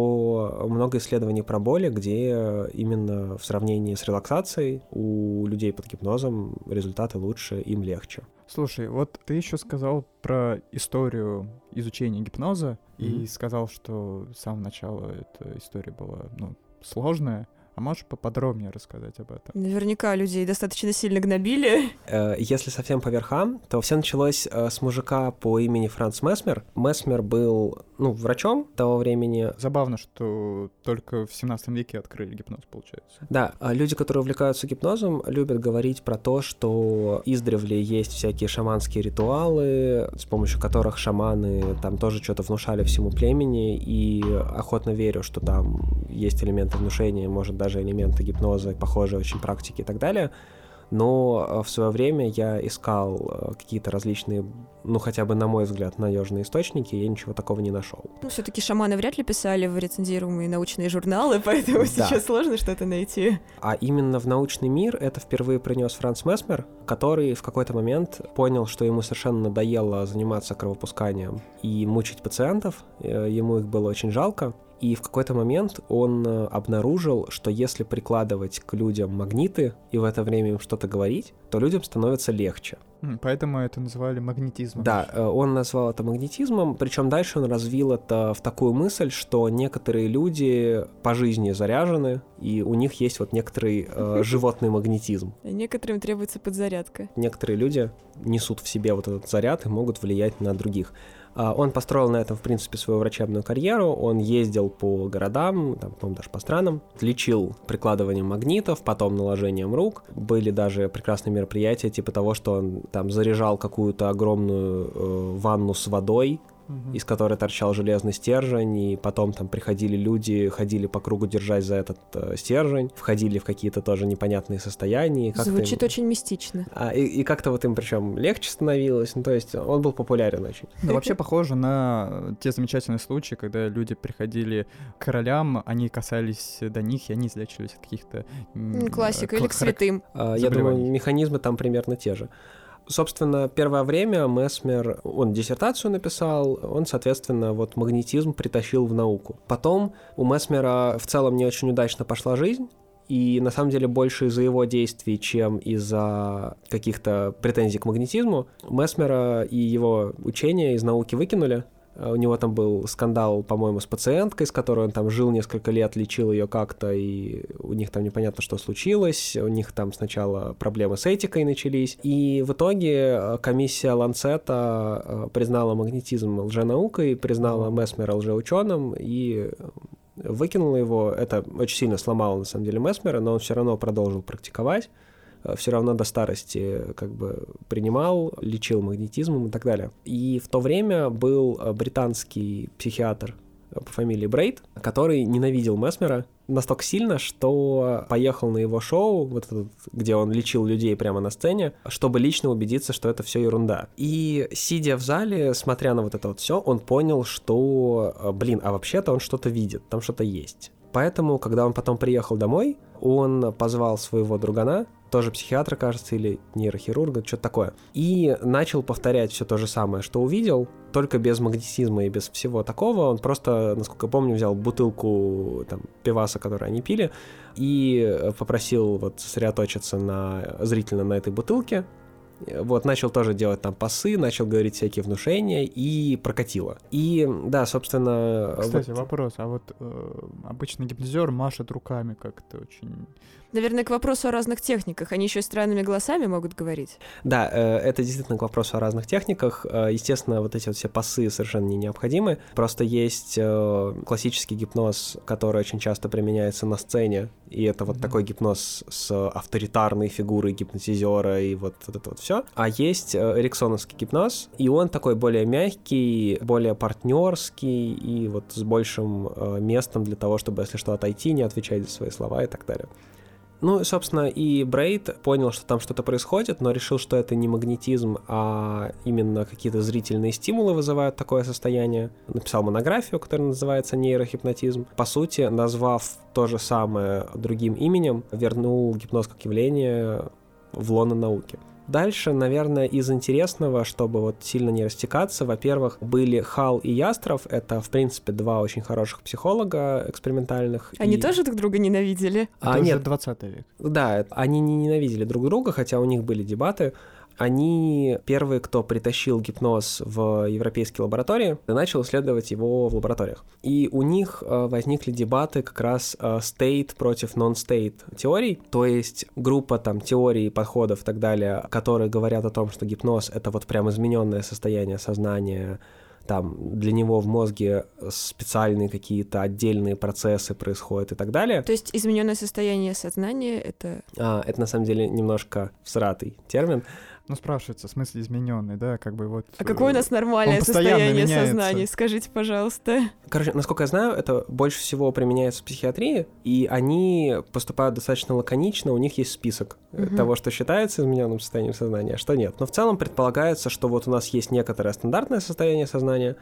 [SPEAKER 3] то много исследований про боли, где именно в сравнении с релаксацией у людей под гипнозом результаты лучше, им легче.
[SPEAKER 5] Слушай, вот ты еще сказал про историю изучения гипноза
[SPEAKER 3] mm-hmm.
[SPEAKER 5] и сказал, что с самого начала эта история была, ну, сложная. А можешь поподробнее рассказать об этом?
[SPEAKER 4] Наверняка людей достаточно сильно гнобили.
[SPEAKER 3] Если совсем по верхам, то все началось с мужика по имени Франц Месмер. Месмер был, ну, врачом того времени.
[SPEAKER 5] Забавно, что только в семнадцатом веке открыли гипноз, получается.
[SPEAKER 3] Да, люди, которые увлекаются гипнозом, любят говорить про то, что издревле есть всякие шаманские ритуалы, с помощью которых шаманы там тоже что-то внушали всему племени, и охотно верю, что там есть элементы внушения, может, даже даже элементы гипноза, похожие очень практики и так далее. Но в свое время я искал какие-то различные, ну, хотя бы, на мой взгляд, надежные источники, и я ничего такого не нашел.
[SPEAKER 4] Ну, все-таки шаманы вряд ли писали в рецензируемые научные журналы, поэтому да. Сейчас сложно что-то найти.
[SPEAKER 3] А именно в научный мир это впервые принес Франц Месмер, который в какой-то момент понял, что ему совершенно надоело заниматься кровопусканием и мучить пациентов, ему их было очень жалко. И в какой-то момент он обнаружил, что если прикладывать к людям магниты и в это время им что-то говорить, то людям становится легче.
[SPEAKER 5] Поэтому это называли магнетизмом.
[SPEAKER 3] Да, он назвал это магнетизмом, причем дальше он развил это в такую мысль, что некоторые люди по жизни заряжены, и у них есть вот некоторый э, животный магнетизм.
[SPEAKER 4] А некоторым требуется подзарядка.
[SPEAKER 3] Некоторые люди несут в себе вот этот заряд и могут влиять на других. Он построил на этом, в принципе, свою врачебную карьеру. Он ездил по городам, там, по-моему, даже по странам, лечил прикладыванием магнитов, потом наложением рук. Были даже прекрасные мероприятия, типа того, что он там заряжал какую-то огромную э, ванну с водой, из которой торчал железный стержень, и потом там приходили люди, ходили по кругу, держась за этот э, стержень, входили в какие-то тоже непонятные состояния.
[SPEAKER 4] Звучит
[SPEAKER 3] им...
[SPEAKER 4] очень мистично.
[SPEAKER 3] А, и, и как-то вот им причем легче становилось, ну, то есть он был популярен очень.
[SPEAKER 5] Ну, вообще похоже на те замечательные случаи, когда люди приходили к королям, они касались до них, и они излечивались от каких-то...
[SPEAKER 4] Классика, или к святым.
[SPEAKER 3] А, я думаю, механизмы там примерно те же. Собственно, первое время Месмер, он диссертацию написал, он, соответственно, вот магнетизм притащил в науку. Потом у Месмера в целом не очень удачно пошла жизнь, и на самом деле больше из-за его действий, чем из-за каких-то претензий к магнетизму, Месмера и его учения из науки выкинули. У него там был скандал, по-моему, с пациенткой, с которой он там жил несколько лет, лечил ее как-то, и у них там непонятно, что случилось. У них там сначала проблемы с этикой начались. И в итоге комиссия Ланцета признала магнетизм лженаукой, признала Месмера лжеученым и выкинула его. Это очень сильно сломало, на самом деле, Месмера, но он все равно продолжил практиковать. Все равно до старости как бы принимал, лечил магнетизмом и так далее. И в то время был британский психиатр по фамилии Брейд, который ненавидел Месмера настолько сильно, что поехал на его шоу, вот этот, где он лечил людей прямо на сцене, чтобы лично убедиться, что это все ерунда. И сидя в зале, смотря на вот это вот все, он понял, что, блин, а вообще-то он что-то видит, там что-то есть. Поэтому, когда он потом приехал домой, он позвал своего другана, тоже психиатра, кажется, или нейрохирурга, что-то такое, и начал повторять все то же самое, что увидел, только без магнетизма и без всего такого. Он просто, насколько я помню, взял бутылку там, пиваса, который они пили, и попросил вот сосредоточиться на, зрительно на этой бутылке. Вот, начал тоже делать там пасы, начал говорить всякие внушения, и прокатило. И, да, собственно...
[SPEAKER 5] Кстати,
[SPEAKER 3] вот...
[SPEAKER 5] вопрос, а вот э, обычно гипнотизер машет руками как-то очень...
[SPEAKER 4] Наверное, к вопросу о разных техниках. Они еще странными голосами могут говорить.
[SPEAKER 3] Да, это действительно к вопросу о разных техниках. Естественно, вот эти вот все пасы совершенно не необходимы. Просто есть классический гипноз, который очень часто применяется на сцене, и это вот mm-hmm. такой гипноз с авторитарной фигурой гипнотизера и вот, вот это вот все. А есть эриксоновский гипноз, и он такой более мягкий, более партнерский и вот с большим местом для того, чтобы, если что, отойти, не отвечать за свои слова и так далее. Ну, собственно, и Брейд понял, что там что-то происходит, но решил, что это не магнетизм, а именно какие-то зрительные стимулы вызывают такое состояние. Написал монографию, которая называется «Нейрохипнотизм». По сути, назвав то же самое другим именем, вернул гипноз как явление в лоно науки. Дальше, наверное, из интересного, чтобы вот сильно не растекаться, во-первых, были Халл и Ястров, это, в принципе, два очень хороших психолога экспериментальных.
[SPEAKER 4] Они
[SPEAKER 3] и...
[SPEAKER 4] тоже друг друга ненавидели?
[SPEAKER 3] А,
[SPEAKER 5] это
[SPEAKER 3] нет,
[SPEAKER 5] уже двадцатый век.
[SPEAKER 3] Да, они не ненавидели друг друга, хотя у них были дебаты. Они первые, кто притащил гипноз в европейские лаборатории и начал исследовать его в лабораториях. И у них возникли дебаты как раз state против non-state теорий, то есть группа там теорий, подходов и так далее, которые говорят о том, что гипноз — это вот прям измененное состояние сознания, там для него в мозге специальные какие-то отдельные процессы происходят и так далее.
[SPEAKER 4] То есть измененное состояние сознания — это...
[SPEAKER 3] А, это на самом деле немножко всратый термин.
[SPEAKER 5] Ну, спрашивается, в смысле измененный, да, как бы вот...
[SPEAKER 4] А какое у нас нормальное состояние меняется. Сознания? Скажите, пожалуйста.
[SPEAKER 3] Короче, насколько я знаю, это больше всего применяется в психиатрии, и они поступают достаточно лаконично, у них есть список угу. того, что считается измененным состоянием сознания, а что нет. Но в целом предполагается, что вот у нас есть некоторое стандартное состояние сознания,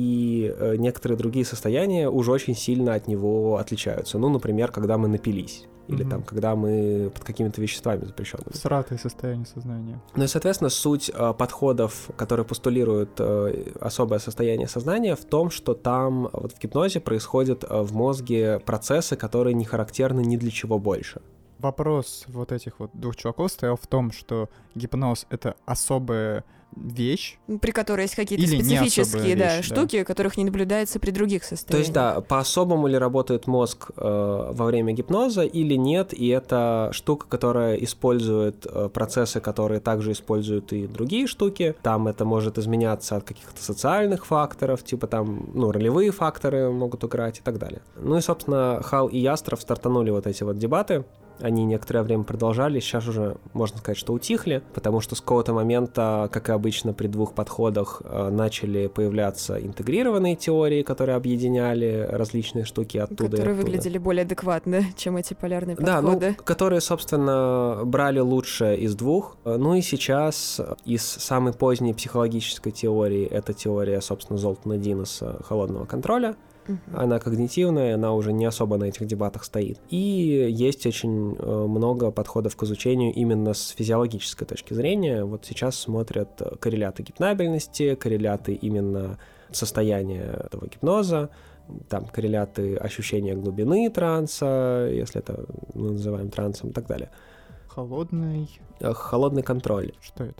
[SPEAKER 3] и э, некоторые другие состояния уже очень сильно от него отличаются. Ну, например, когда мы напились. Или mm-hmm. там, когда мы под какими-то веществами запрещенными.
[SPEAKER 5] Сратое состояние сознания.
[SPEAKER 3] Ну и, соответственно, суть э, подходов, которые постулируют э, особое состояние сознания, в том, что там вот в гипнозе происходят э, в мозге процессы, которые не характерны ни для чего больше.
[SPEAKER 5] Вопрос вот этих вот двух чуваков стоял в том, что гипноз — это особая вещь,
[SPEAKER 4] при которой есть какие-то специфические да, вещь, штуки, да. которых не наблюдается при других состояниях.
[SPEAKER 3] То есть, да, по-особому ли работает мозг э, во время гипноза или нет, и это штука, которая использует э, процессы, которые также используют и другие штуки. Там это может изменяться от каких-то социальных факторов, типа там, ну, ролевые факторы могут играть и так далее. Ну и, собственно, Халл и Ястров стартанули вот эти вот дебаты. Они некоторое время продолжались, сейчас уже, можно сказать, что утихли, потому что с какого-то момента, как и обычно при двух подходах, начали появляться интегрированные теории, которые объединяли различные штуки оттуда
[SPEAKER 4] которые
[SPEAKER 3] и оттуда.
[SPEAKER 4] Выглядели более адекватно, чем эти полярные подходы.
[SPEAKER 3] Да, ну, которые, собственно, брали лучшее из двух. Ну и сейчас из самой поздней психологической теории, это теория, собственно, Золтана Диноса холодного контроля. Uh-huh. Она когнитивная, она уже не особо на этих дебатах стоит. И есть очень много подходов к изучению именно с физиологической точки зрения. Вот сейчас смотрят корреляты гипнабельности, корреляты именно состояния этого гипноза, там корреляты ощущения глубины транса, если это мы называем трансом и так далее.
[SPEAKER 5] Холодный...
[SPEAKER 3] Холодный контроль.
[SPEAKER 5] Что это?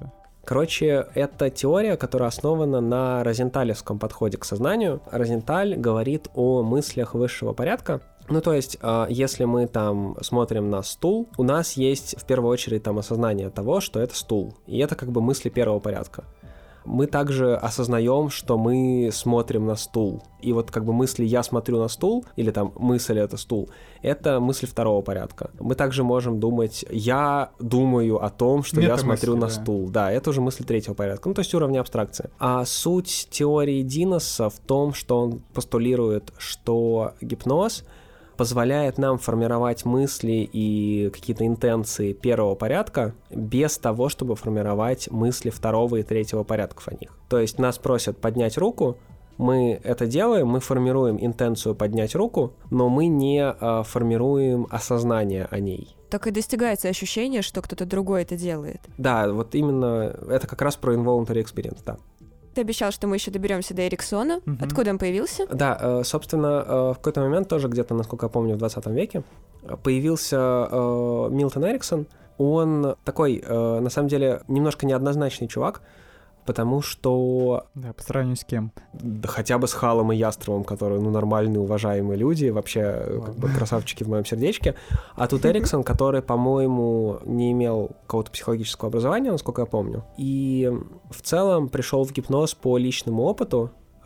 [SPEAKER 3] Короче, это теория, которая основана на розенталевском подходе к сознанию. Розенталь говорит о мыслях высшего порядка. Ну, то есть, если мы там смотрим на стул, у нас есть в первую очередь там осознание того, что это стул. И это как бы мысли первого порядка. Мы также осознаем, что мы смотрим на стул. И вот как бы мысли «я смотрю на стул» или там «мысль — это стул» — это мысли второго порядка. Мы также можем думать «я думаю о том, что я смотрю на
[SPEAKER 5] да.
[SPEAKER 3] стул». Да, это уже мысль третьего порядка, ну то есть уровня абстракции. А суть теории Диноса в том, что он постулирует, что гипноз позволяет нам формировать мысли и какие-то интенции первого порядка без того, чтобы формировать мысли второго и третьего порядков о них. То есть нас просят поднять руку, мы это делаем, мы формируем интенцию поднять руку, но мы не а, формируем осознание о ней.
[SPEAKER 4] Так и достигается ощущение, что кто-то другой это делает.
[SPEAKER 3] Да, вот именно это как раз про involuntary experience, да.
[SPEAKER 4] Ты обещал, что мы еще доберемся до Эриксона.
[SPEAKER 5] Мгм.
[SPEAKER 4] Откуда он появился?
[SPEAKER 3] Да, собственно, в какой-то момент тоже где-то, насколько я помню, в двадцатом веке появился Милтон Эриксон. Он такой, на самом деле, немножко неоднозначный чувак, потому что...
[SPEAKER 5] Да, по сравнению с кем?
[SPEAKER 3] Да хотя бы с Халом и Ястровым, которые, ну, нормальные, уважаемые люди, вообще, как бы, красавчики в моем сердечке. А тут Эриксон, который, по-моему, не имел какого-то психологического образования, насколько я помню. И в целом пришел в гипноз по личному опыту.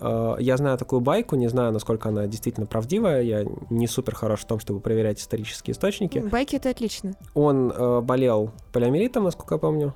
[SPEAKER 3] Я знаю такую байку, не знаю, насколько она действительно правдивая, я не супер хорош в том, чтобы проверять исторические источники.
[SPEAKER 4] Байки — это отлично.
[SPEAKER 3] Он э, болел полиомиелитом, насколько я помню,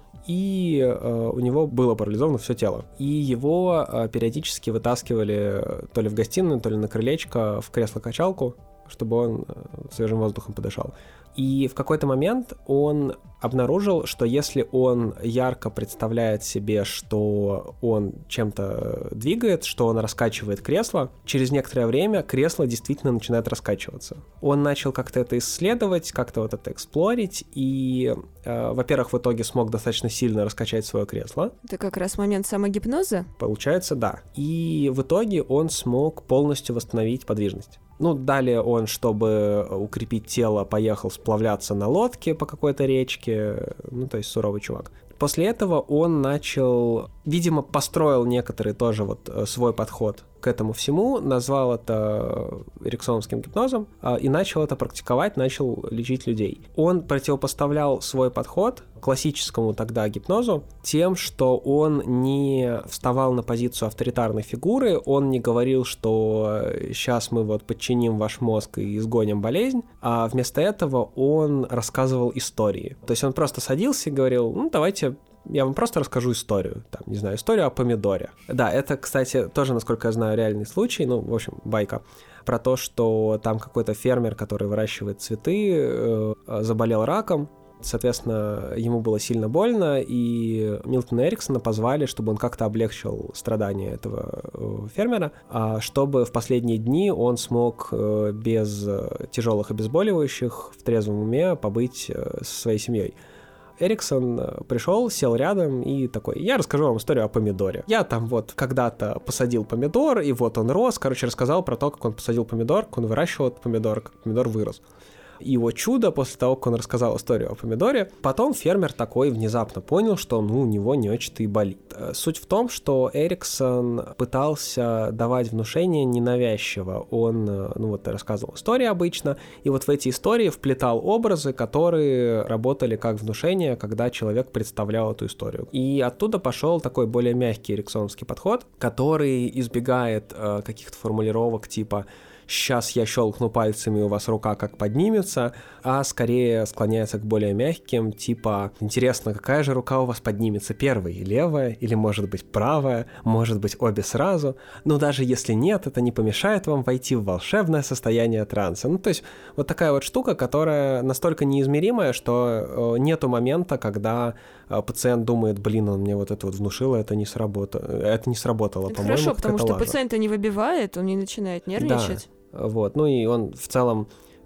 [SPEAKER 3] и э, у него было парализовано все тело. И его э, периодически вытаскивали то ли в гостиную, то ли на крылечко в кресло-качалку, чтобы он э, свежим воздухом подышал. И в какой-то момент он обнаружил, что если он ярко представляет себе, что он чем-то двигает, что он раскачивает кресло, через некоторое время кресло действительно начинает раскачиваться. Он начал как-то это исследовать, как-то вот это эксплорить, и, э, во-первых, в итоге смог достаточно сильно раскачать свое кресло.
[SPEAKER 4] Это как раз момент самогипноза?
[SPEAKER 3] Получается, да. И в итоге он смог полностью восстановить подвижность. Ну, далее он, чтобы укрепить тело, поехал сплавляться на лодке по какой-то речке, ну, то есть суровый чувак. После этого он начал, видимо, построил некоторый тоже вот свой подход к этому всему, назвал это эриксоновским гипнозом и начал это практиковать, начал лечить людей. Он противопоставлял свой подход классическому тогда гипнозу тем, что он не вставал на позицию авторитарной фигуры, он не говорил, что сейчас мы вот подчиним ваш мозг и изгоним болезнь, а вместо этого он рассказывал истории. То есть он просто садился и говорил, ну давайте я вам просто расскажу историю, там, не знаю, историю о помидоре. Да, это, кстати, тоже, насколько я знаю, реальный случай, ну, в общем, байка, про то, что там какой-то фермер, который выращивает цветы, э, заболел раком, соответственно, ему было сильно больно, и Милтона Эриксона позвали, чтобы он как-то облегчил страдания этого э, фермера, а чтобы в последние дни он смог э, без тяжелых обезболивающих в трезвом уме побыть э, со своей семьей. Эриксон пришел, сел рядом и такой, я расскажу вам историю о помидоре. Я там вот когда-то посадил помидор, и вот он рос, короче, рассказал про то, как он посадил помидор, как он выращивал этот помидор, как помидор вырос. И его чудо, после того, как он рассказал историю о помидоре, потом фермер такой внезапно понял, что ну, у него не очень-то и болит. Суть в том, что Эриксон пытался давать внушение ненавязчиво. Он, ну вот, рассказывал истории обычно, и вот в эти истории вплетал образы, которые работали как внушение, когда человек представлял эту историю. И оттуда пошел такой более мягкий эриксоновский подход, который избегает э, каких-то формулировок типа «сейчас я щелкну пальцами, у вас рука как поднимется», а скорее склоняется к более мягким, типа «интересно, какая же рука у вас поднимется, первая и левая, или, может быть, правая, может быть, обе сразу, но даже если нет, это не помешает вам войти в волшебное состояние транса». Ну, то есть вот такая вот штука, которая настолько неизмеримая, что нету момента, когда пациент думает, блин, он мне вот это вот внушил, это не сработало, это не сработало,
[SPEAKER 4] это
[SPEAKER 3] по-моему,
[SPEAKER 4] хорошо, потому что
[SPEAKER 3] лажа.
[SPEAKER 4] Пациента не выбивает, он не начинает нервничать.
[SPEAKER 3] Да. Вот, ну и он в целом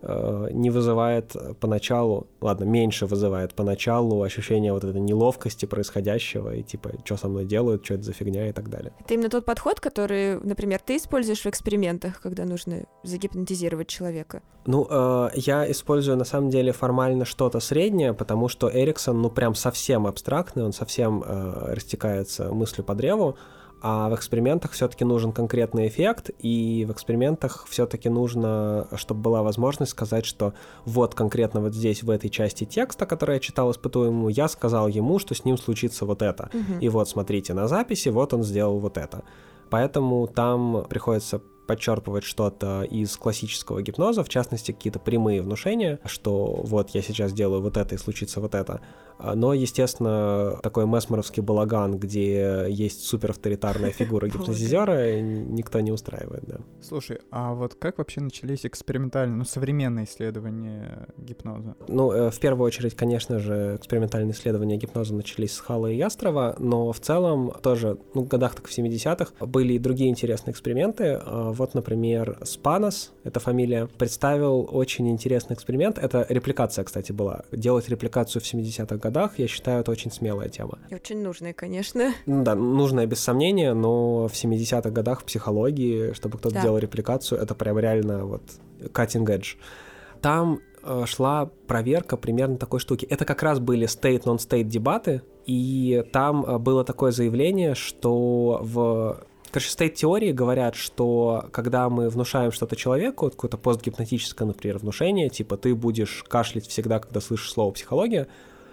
[SPEAKER 3] э, не вызывает поначалу, ладно, меньше вызывает поначалу ощущение вот этой неловкости происходящего и типа, что со мной делают, что это за фигня и так далее.
[SPEAKER 4] Это именно тот подход, который, например, ты используешь в экспериментах, когда нужно загипнотизировать человека?
[SPEAKER 3] Ну, э, я использую на самом деле формально что-то среднее, потому что Эриксон, ну, прям совсем абстрактный, он совсем э, растекается мыслью по древу, а в экспериментах все-таки нужен конкретный эффект, и в экспериментах все-таки нужно, чтобы была возможность сказать, что вот конкретно вот здесь, в этой части текста, который я читал испытуемому, я сказал ему, что с ним случится вот это.
[SPEAKER 4] Угу.
[SPEAKER 3] И вот, смотрите, на записи, вот он сделал вот это. Поэтому там приходится подчерпывать что-то из классического гипноза, в частности, какие-то прямые внушения, что вот я сейчас делаю вот это и случится вот это. Но, естественно, такой месмеровский балаган, где есть суперавторитарная фигура гипнотизера, никто не устраивает, да.
[SPEAKER 5] Слушай, а вот как вообще начались экспериментальные, ну, современные исследования гипноза?
[SPEAKER 3] Ну, в первую очередь, конечно же, экспериментальные исследования гипноза начались с Халла и Ястрова, но в целом тоже, ну, в годах так в семидесятых были и другие интересные эксперименты. Вот, например, Спанос, это фамилия, представил очень интересный эксперимент. Это репликация, кстати, была. Делать репликацию в семидесятых годах, я считаю, это очень смелая тема.
[SPEAKER 4] И очень нужная, конечно.
[SPEAKER 3] Ну да, нужная без сомнения, но в семидесятых годах в психологии, чтобы кто-то
[SPEAKER 4] Да.
[SPEAKER 3] делал репликацию, это прям реально вот cutting edge. Там э, шла проверка примерно такой штуки. Это как раз были state-non-state дебаты, и там э, было такое заявление, что в... Короче, стейт-теории говорят, что когда мы внушаем что-то человеку, какое-то постгипнотическое, например, внушение, типа ты будешь кашлять всегда, когда слышишь слово «психология»,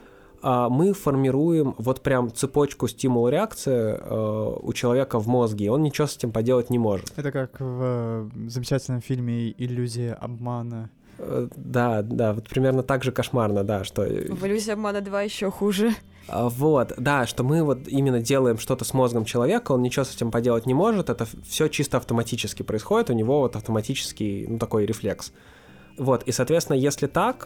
[SPEAKER 3] мы формируем вот прям цепочку стимул-реакции э, у человека в мозге, и он ничего с этим поделать не может.
[SPEAKER 5] Это как в замечательном фильме «Иллюзия обмана».
[SPEAKER 3] Э, да, да, вот примерно так же кошмарно, да, что...
[SPEAKER 4] В «Иллюзии обмана два» еще хуже.
[SPEAKER 3] Вот, да, что мы вот именно делаем что-то с мозгом человека, он ничего с этим поделать не может, это все чисто автоматически происходит, у него вот автоматический, ну, такой рефлекс. Вот, и, соответственно, если так,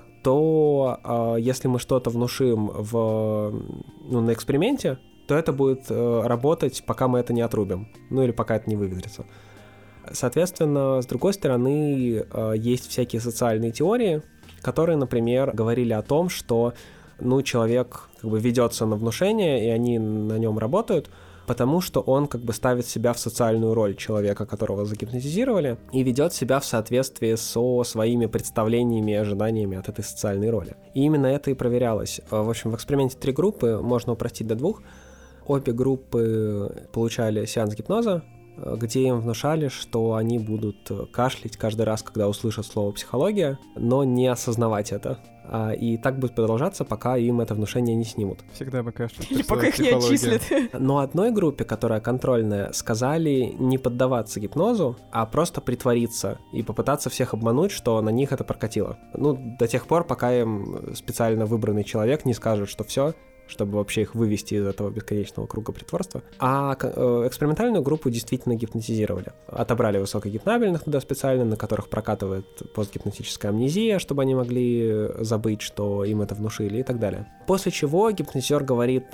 [SPEAKER 3] то э, если мы что-то внушим в, ну, на эксперименте, то это будет э, работать, пока мы это не отрубим, ну, или пока это не выветрится. Соответственно, с другой стороны, э, есть всякие социальные теории, которые, например, говорили о том, что ну, человек как бы ведется на внушение, и они на нем работают, потому что он как бы ставит себя в социальную роль человека, которого загипнотизировали, и ведет себя в соответствии со своими представлениями и ожиданиями от этой социальной роли. И именно это и проверялось. В общем, в эксперименте три группы, можно упростить до двух. Обе группы получали сеанс гипноза, где им внушали, что они будут кашлять каждый раз, когда услышат слово «психология», но не осознавать это. И так будет продолжаться, пока им это внушение не снимут.
[SPEAKER 5] Всегда бы кашлять.
[SPEAKER 4] Или пока их не отчислят.
[SPEAKER 3] Но одной группе, которая контрольная, сказали не поддаваться гипнозу, а просто притвориться и попытаться всех обмануть, что на них это прокатило. Ну, до тех пор, пока им специально выбранный человек не скажет, что все, чтобы вообще их вывести из этого бесконечного круга притворства. А экспериментальную группу действительно гипнотизировали. Отобрали высокогипнабельных туда специально, на которых прокатывает постгипнотическая амнезия, чтобы они могли забыть, что им это внушили и так далее. После чего гипнотизер говорит: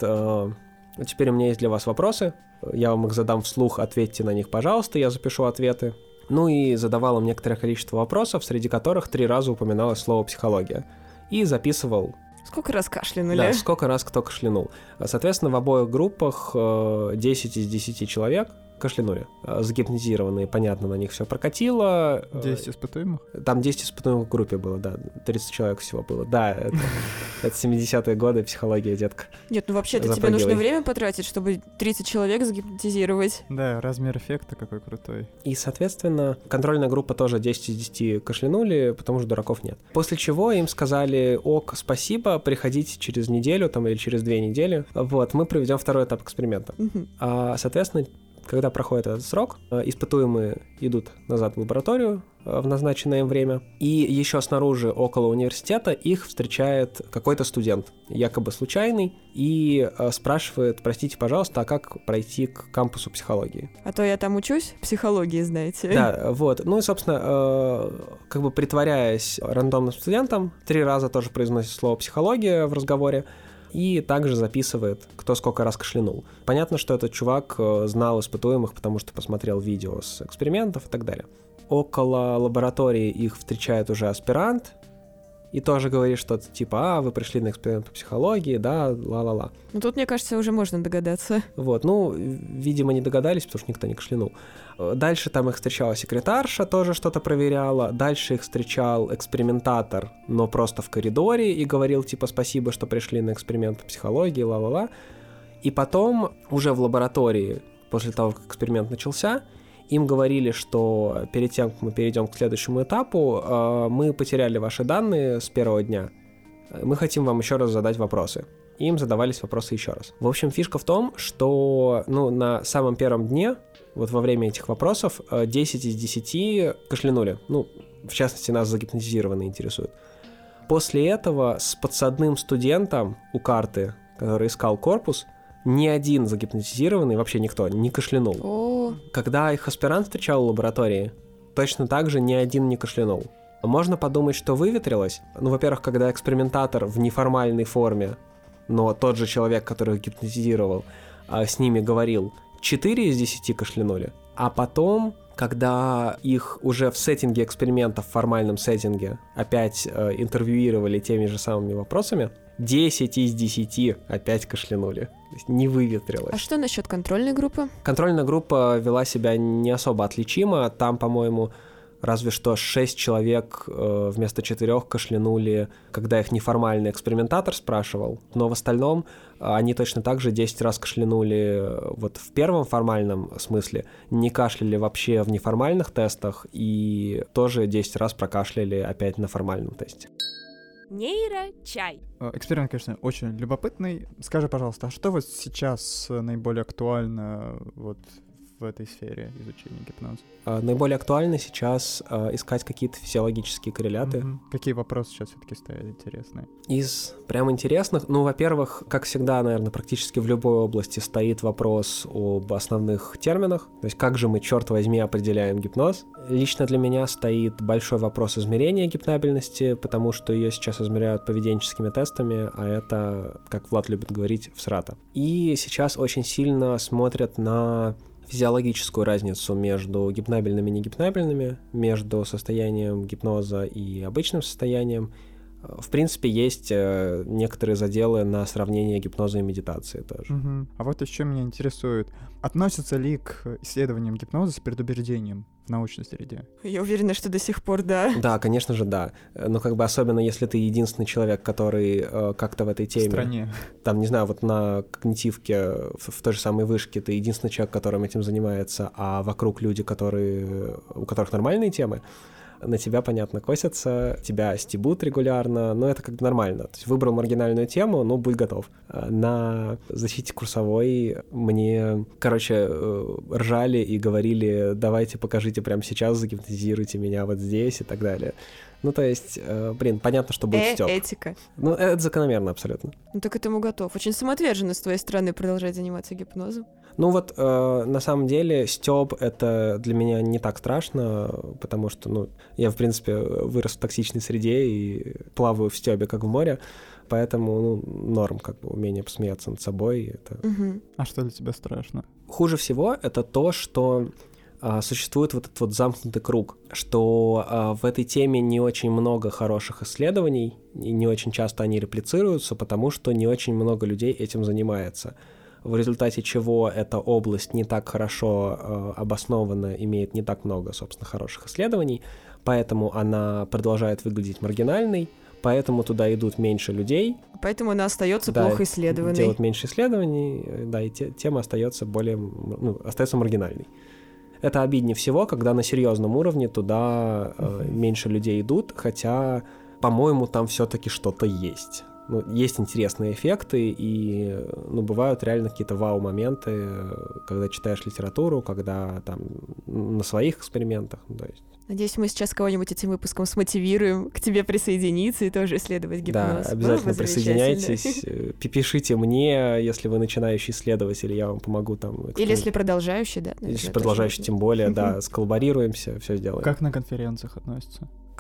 [SPEAKER 3] теперь у меня есть для вас вопросы, я вам их задам вслух, ответьте на них, пожалуйста, я запишу ответы. Ну и задавал им некоторое количество вопросов, среди которых три раза упоминалось слово «психология». И записывал...
[SPEAKER 4] Сколько раз кашлянули?
[SPEAKER 3] Да, сколько раз кто кашлянул. Соответственно, в обоих группах десять из десяти человек кашлянули. Загипнотизированные, понятно, на них все прокатило.
[SPEAKER 5] десять испытуемых?
[SPEAKER 3] Там десять испытуемых в группе было, да. тридцать человек всего было. Да, это, это семидесятые годы, психология, детка.
[SPEAKER 4] Нет, ну вообще-то тебе нужно время потратить, чтобы тридцать человек загипнотизировать.
[SPEAKER 5] Да, размер эффекта какой крутой.
[SPEAKER 3] И, соответственно, контрольная группа тоже десять из десяти кашлянули, потому что дураков нет. После чего им сказали: ок, спасибо, приходите через неделю там, или через две недели. Вот, мы проведем второй этап эксперимента.
[SPEAKER 4] Угу.
[SPEAKER 3] А, соответственно, когда проходит этот срок, испытуемые идут назад в лабораторию в назначенное им время, и еще снаружи, около университета, их встречает какой-то студент, якобы случайный, и спрашивает: простите, пожалуйста, а как пройти к кампусу психологии?
[SPEAKER 4] А то я там учусь, психологии, знаете.
[SPEAKER 3] Да, вот. Ну и, собственно, как бы притворяясь рандомным студентом, три раза тоже произносит слово «психология» в разговоре, и также записывает, кто сколько раз кашлянул. Понятно, что этот чувак знал испытуемых, потому что посмотрел видео с экспериментов и так далее. около лаборатории их встречает уже аспирант, и тоже говорит что-то типа, а, вы пришли на эксперимент по психологии, да, ла-ла-ла.
[SPEAKER 4] Ну тут, мне кажется, уже можно догадаться.
[SPEAKER 3] Вот, ну, видимо, не догадались, потому что никто не кашлянул. Дальше там их встречала секретарша, тоже что-то проверяла. Дальше их встречал экспериментатор, но просто в коридоре, и говорил типа спасибо, что пришли на эксперимент по психологии, ла-ла-ла. И потом уже в лаборатории, после того, как эксперимент начался, им говорили, что перед тем, как мы перейдем к следующему этапу, мы потеряли ваши данные с первого дня. Мы хотим вам еще раз задать вопросы. И им задавались вопросы еще раз. В общем, фишка в том, что ну, на самом первом дне, вот во время этих вопросов, десять из десяти кашлянули. Ну, в частности, нас загипнотизированные интересуют. После этого с подсадным студентом у карты, который искал корпус, ни один загипнотизированный, вообще никто, не кашлянул.
[SPEAKER 4] О.
[SPEAKER 3] Когда их аспирант встречал в лаборатории, точно так же ни один не кашлянул. Можно подумать, что выветрилось. Ну, во-первых, когда экспериментатор в неформальной форме, но тот же человек, который их гипнотизировал, с ними говорил, четыре из десяти кашлянули. А потом, когда их уже в сеттинге эксперимента, в формальном сеттинге, опять э, интервьюировали теми же самыми вопросами, десять из десяти опять кашлянули. То есть не выветрилось.
[SPEAKER 4] А что насчет контрольной группы?
[SPEAKER 3] Контрольная группа вела себя не особо отличимо. Там, по-моему, разве что шесть человек э, вместо четырех кашлянули, когда их неформальный экспериментатор спрашивал. Но в остальном э, они точно так же десять раз кашлянули вот в первом формальном смысле, не кашляли вообще в неформальных тестах и тоже десять раз прокашляли опять на формальном тесте.
[SPEAKER 2] Нейрочай.
[SPEAKER 5] Эксперимент, конечно, очень любопытный. Скажи, пожалуйста, а что вот сейчас наиболее актуально вот в этой сфере изучения гипноза?
[SPEAKER 3] Наиболее актуально сейчас э, искать какие-то физиологические корреляты.
[SPEAKER 5] Mm-hmm. Какие вопросы сейчас все-таки стоят интересные?
[SPEAKER 3] Из прям интересных, ну, во-первых, как всегда, наверное, практически в любой области стоит вопрос об основных терминах. То есть как же мы, черт возьми, определяем гипноз? Лично для меня стоит большой вопрос измерения гипнабельности, потому что ее сейчас измеряют поведенческими тестами, а это, как Влад любит говорить, всрато. И сейчас очень сильно смотрят на физиологическую разницу между гипнабельными и негипнабельными, между состоянием гипноза и обычным состоянием. В принципе, есть некоторые заделы на сравнение гипноза и медитации тоже.
[SPEAKER 5] Угу. А вот еще меня интересует, относятся ли к исследованиям гипноза с предубеждением в научной среде?
[SPEAKER 4] Я уверена, что до сих пор да.
[SPEAKER 3] Да, конечно же, да. Но как бы особенно, если ты единственный человек, который э, как-то в этой теме...
[SPEAKER 5] В стране.
[SPEAKER 3] Там, не знаю, вот на когнитивке, в, в той же самой вышке, ты единственный человек, которым этим занимается, а вокруг люди, которые, у которых нормальные темы, на тебя, понятно, косятся, тебя стебут регулярно, но это как бы нормально. То есть выбрал маргинальную тему, ну, будь готов. На защите курсовой мне, короче, ржали и говорили, давайте покажите прямо сейчас, загипнотизируйте меня вот здесь и так далее. Ну, то есть, э, блин, понятно, что будет
[SPEAKER 4] э,
[SPEAKER 3] стёб.
[SPEAKER 4] Этика.
[SPEAKER 3] Ну, это закономерно абсолютно.
[SPEAKER 4] Ну, так к этому готов. Очень самоотверженно с твоей стороны продолжать заниматься гипнозом.
[SPEAKER 3] Ну вот, э, на самом деле, стёб — это для меня не так страшно, потому что, ну, я, в принципе, вырос в токсичной среде и плаваю в стёбе, как в море, поэтому, ну, норм, как бы, умение посмеяться над собой. Это...
[SPEAKER 4] Угу.
[SPEAKER 5] А что для тебя страшно?
[SPEAKER 3] Хуже всего это то, что а, существует вот этот вот замкнутый круг, что а, в этой теме не очень много хороших исследований, и не очень часто они реплицируются, потому что не очень много людей этим занимается. В результате чего эта область не так хорошо э, обоснована, имеет не так много, собственно, хороших исследований, поэтому она продолжает выглядеть маргинальной, поэтому туда идут меньше людей.
[SPEAKER 4] Поэтому она остается
[SPEAKER 3] да,
[SPEAKER 4] плохо исследованной.
[SPEAKER 3] Делают меньше исследований, да, и те, тема остается более, ну, остается маргинальной. Это обиднее всего, когда на серьезном уровне туда э, меньше людей идут, хотя, по-моему, там все-таки что-то есть. Ну, есть интересные эффекты, и, ну, бывают реально какие-то вау-моменты, когда читаешь литературу, когда там на своих экспериментах, ну, то есть...
[SPEAKER 4] Надеюсь, мы сейчас кого-нибудь этим выпуском смотивируем к тебе присоединиться и тоже исследовать гипноз.
[SPEAKER 3] Да, обязательно присоединяйтесь, пишите мне, если вы начинающий исследователь, я вам помогу там...
[SPEAKER 4] Или если продолжающий, да?
[SPEAKER 3] Если продолжающий, тем более, да, сколлаборируемся, все сделаем.
[SPEAKER 5] Как на конференциях относятся?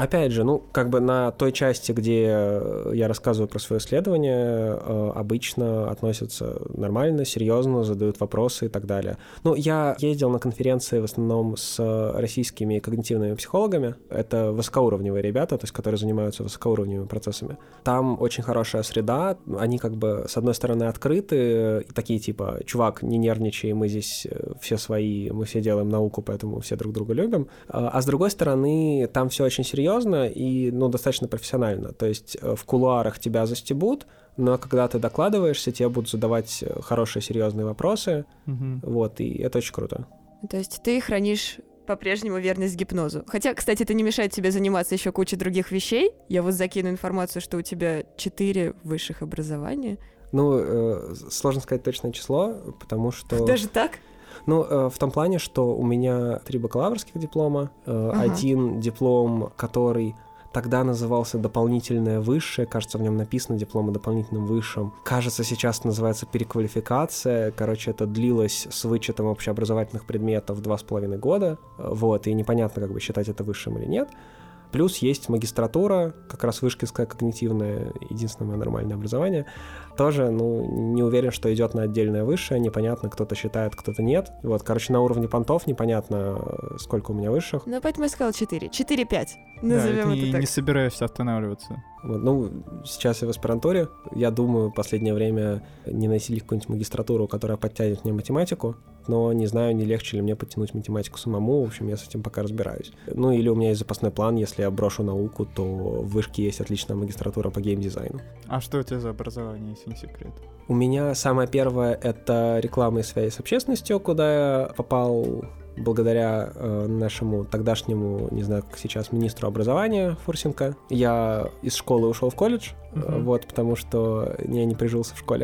[SPEAKER 3] Опять же, ну, как бы на той части, где я рассказываю про свое исследование, обычно относятся нормально, серьезно, задают вопросы и так далее. Ну, я ездил на конференции в основном с российскими когнитивными психологами. Это высокоуровневые ребята, то есть которые занимаются высокоуровневыми процессами. Там очень хорошая среда, они как бы, с одной стороны, открыты, и такие типа, чувак, не нервничай, мы здесь все свои, мы все делаем науку, поэтому все друг друга любим. А с другой стороны, там все очень серьезно, и, ну, достаточно профессионально. То есть в кулуарах тебя застебут, но когда ты докладываешься, тебе будут задавать хорошие, серьезные вопросы. Mm-hmm. Вот, и это очень круто.
[SPEAKER 4] То есть ты хранишь по-прежнему верность гипнозу. Хотя, кстати, это не мешает тебе заниматься еще кучей других вещей. Я вот закину информацию, что у тебя четыре высших образования.
[SPEAKER 3] Ну, э, сложно сказать точное число, потому что...
[SPEAKER 4] Даже так?
[SPEAKER 3] Ну, э, в том плане, что у меня три бакалаврских диплома, э, ага. один диплом, который тогда назывался дополнительное высшее, кажется, в нем написано диплом о дополнительном высшем. Кажется, сейчас называется переквалификация. Короче, это длилось с вычетом общеобразовательных предметов два с половиной года. Вот, и непонятно, как бы считать это высшим или нет. Плюс есть магистратура, как раз вышкинское когнитивное, единственное мое нормальное образование. Тоже, ну, не уверен, что идет на отдельное высшее, непонятно, кто-то считает, кто-то нет. Вот, короче, на уровне понтов непонятно, сколько у меня высших.
[SPEAKER 4] Ну, поэтому я сказала четыре. четыре-пять.
[SPEAKER 5] Назовем да, это не, так. Не собираешься останавливаться.
[SPEAKER 3] Вот, ну, сейчас я в аспирантуре. Я думаю, в последнее время не найти какую-нибудь магистратуру, которая подтянет мне математику, но не знаю, не легче ли мне подтянуть математику самому. В общем, я с этим пока разбираюсь. Ну, или у меня есть запасной план, если я брошу науку, то в Вышке есть отличная магистратура по геймдизайну.
[SPEAKER 5] А что у тебя за образование, если не секрет?
[SPEAKER 3] У меня самое первое — это реклама и связи с общественностью, куда я попал благодаря э, нашему тогдашнему, не знаю, как сейчас, министру образования Фурсенко. Я из школы ушел в колледж, uh-huh. э, вот, потому что я не прижился в школе.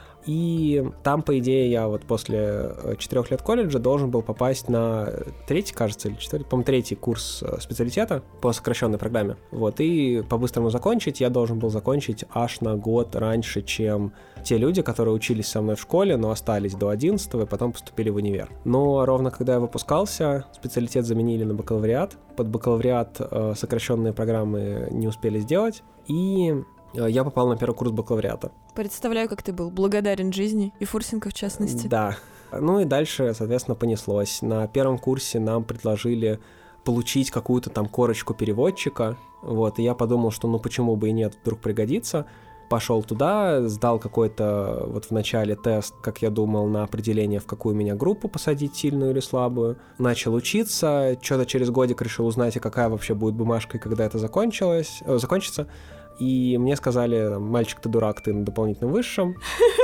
[SPEAKER 3] И там, по идее, я вот после четырех лет колледжа должен был попасть на третий, кажется, или четвертый, по-моему, третий курс специалитета по сокращенной программе. Вот, и по-быстрому закончить я должен был закончить аж на год раньше, чем те люди, которые учились со мной в школе, но остались до одиннадцатого и потом поступили в универ. Но ровно когда я выпускался, специалитет заменили на бакалавриат. Под бакалавриат э, сокращенные программы не успели сделать, и я попал на первый курс бакалавриата.
[SPEAKER 4] Представляю, как ты был благодарен жизни, и Фурсенко в частности.
[SPEAKER 3] Да. Ну и дальше, соответственно, понеслось. На первом курсе нам предложили получить какую-то там корочку переводчика, вот, и я подумал, что ну почему бы и нет, вдруг пригодится. Пошел туда, сдал какой-то вот в начале тест, как я думал, на определение, в какую меня группу посадить, сильную или слабую. Начал учиться, что-то через годик решил узнать, а какая вообще будет бумажка, и когда это закончилось, э, закончится. И мне сказали, мальчик, ты дурак, ты на дополнительном высшем.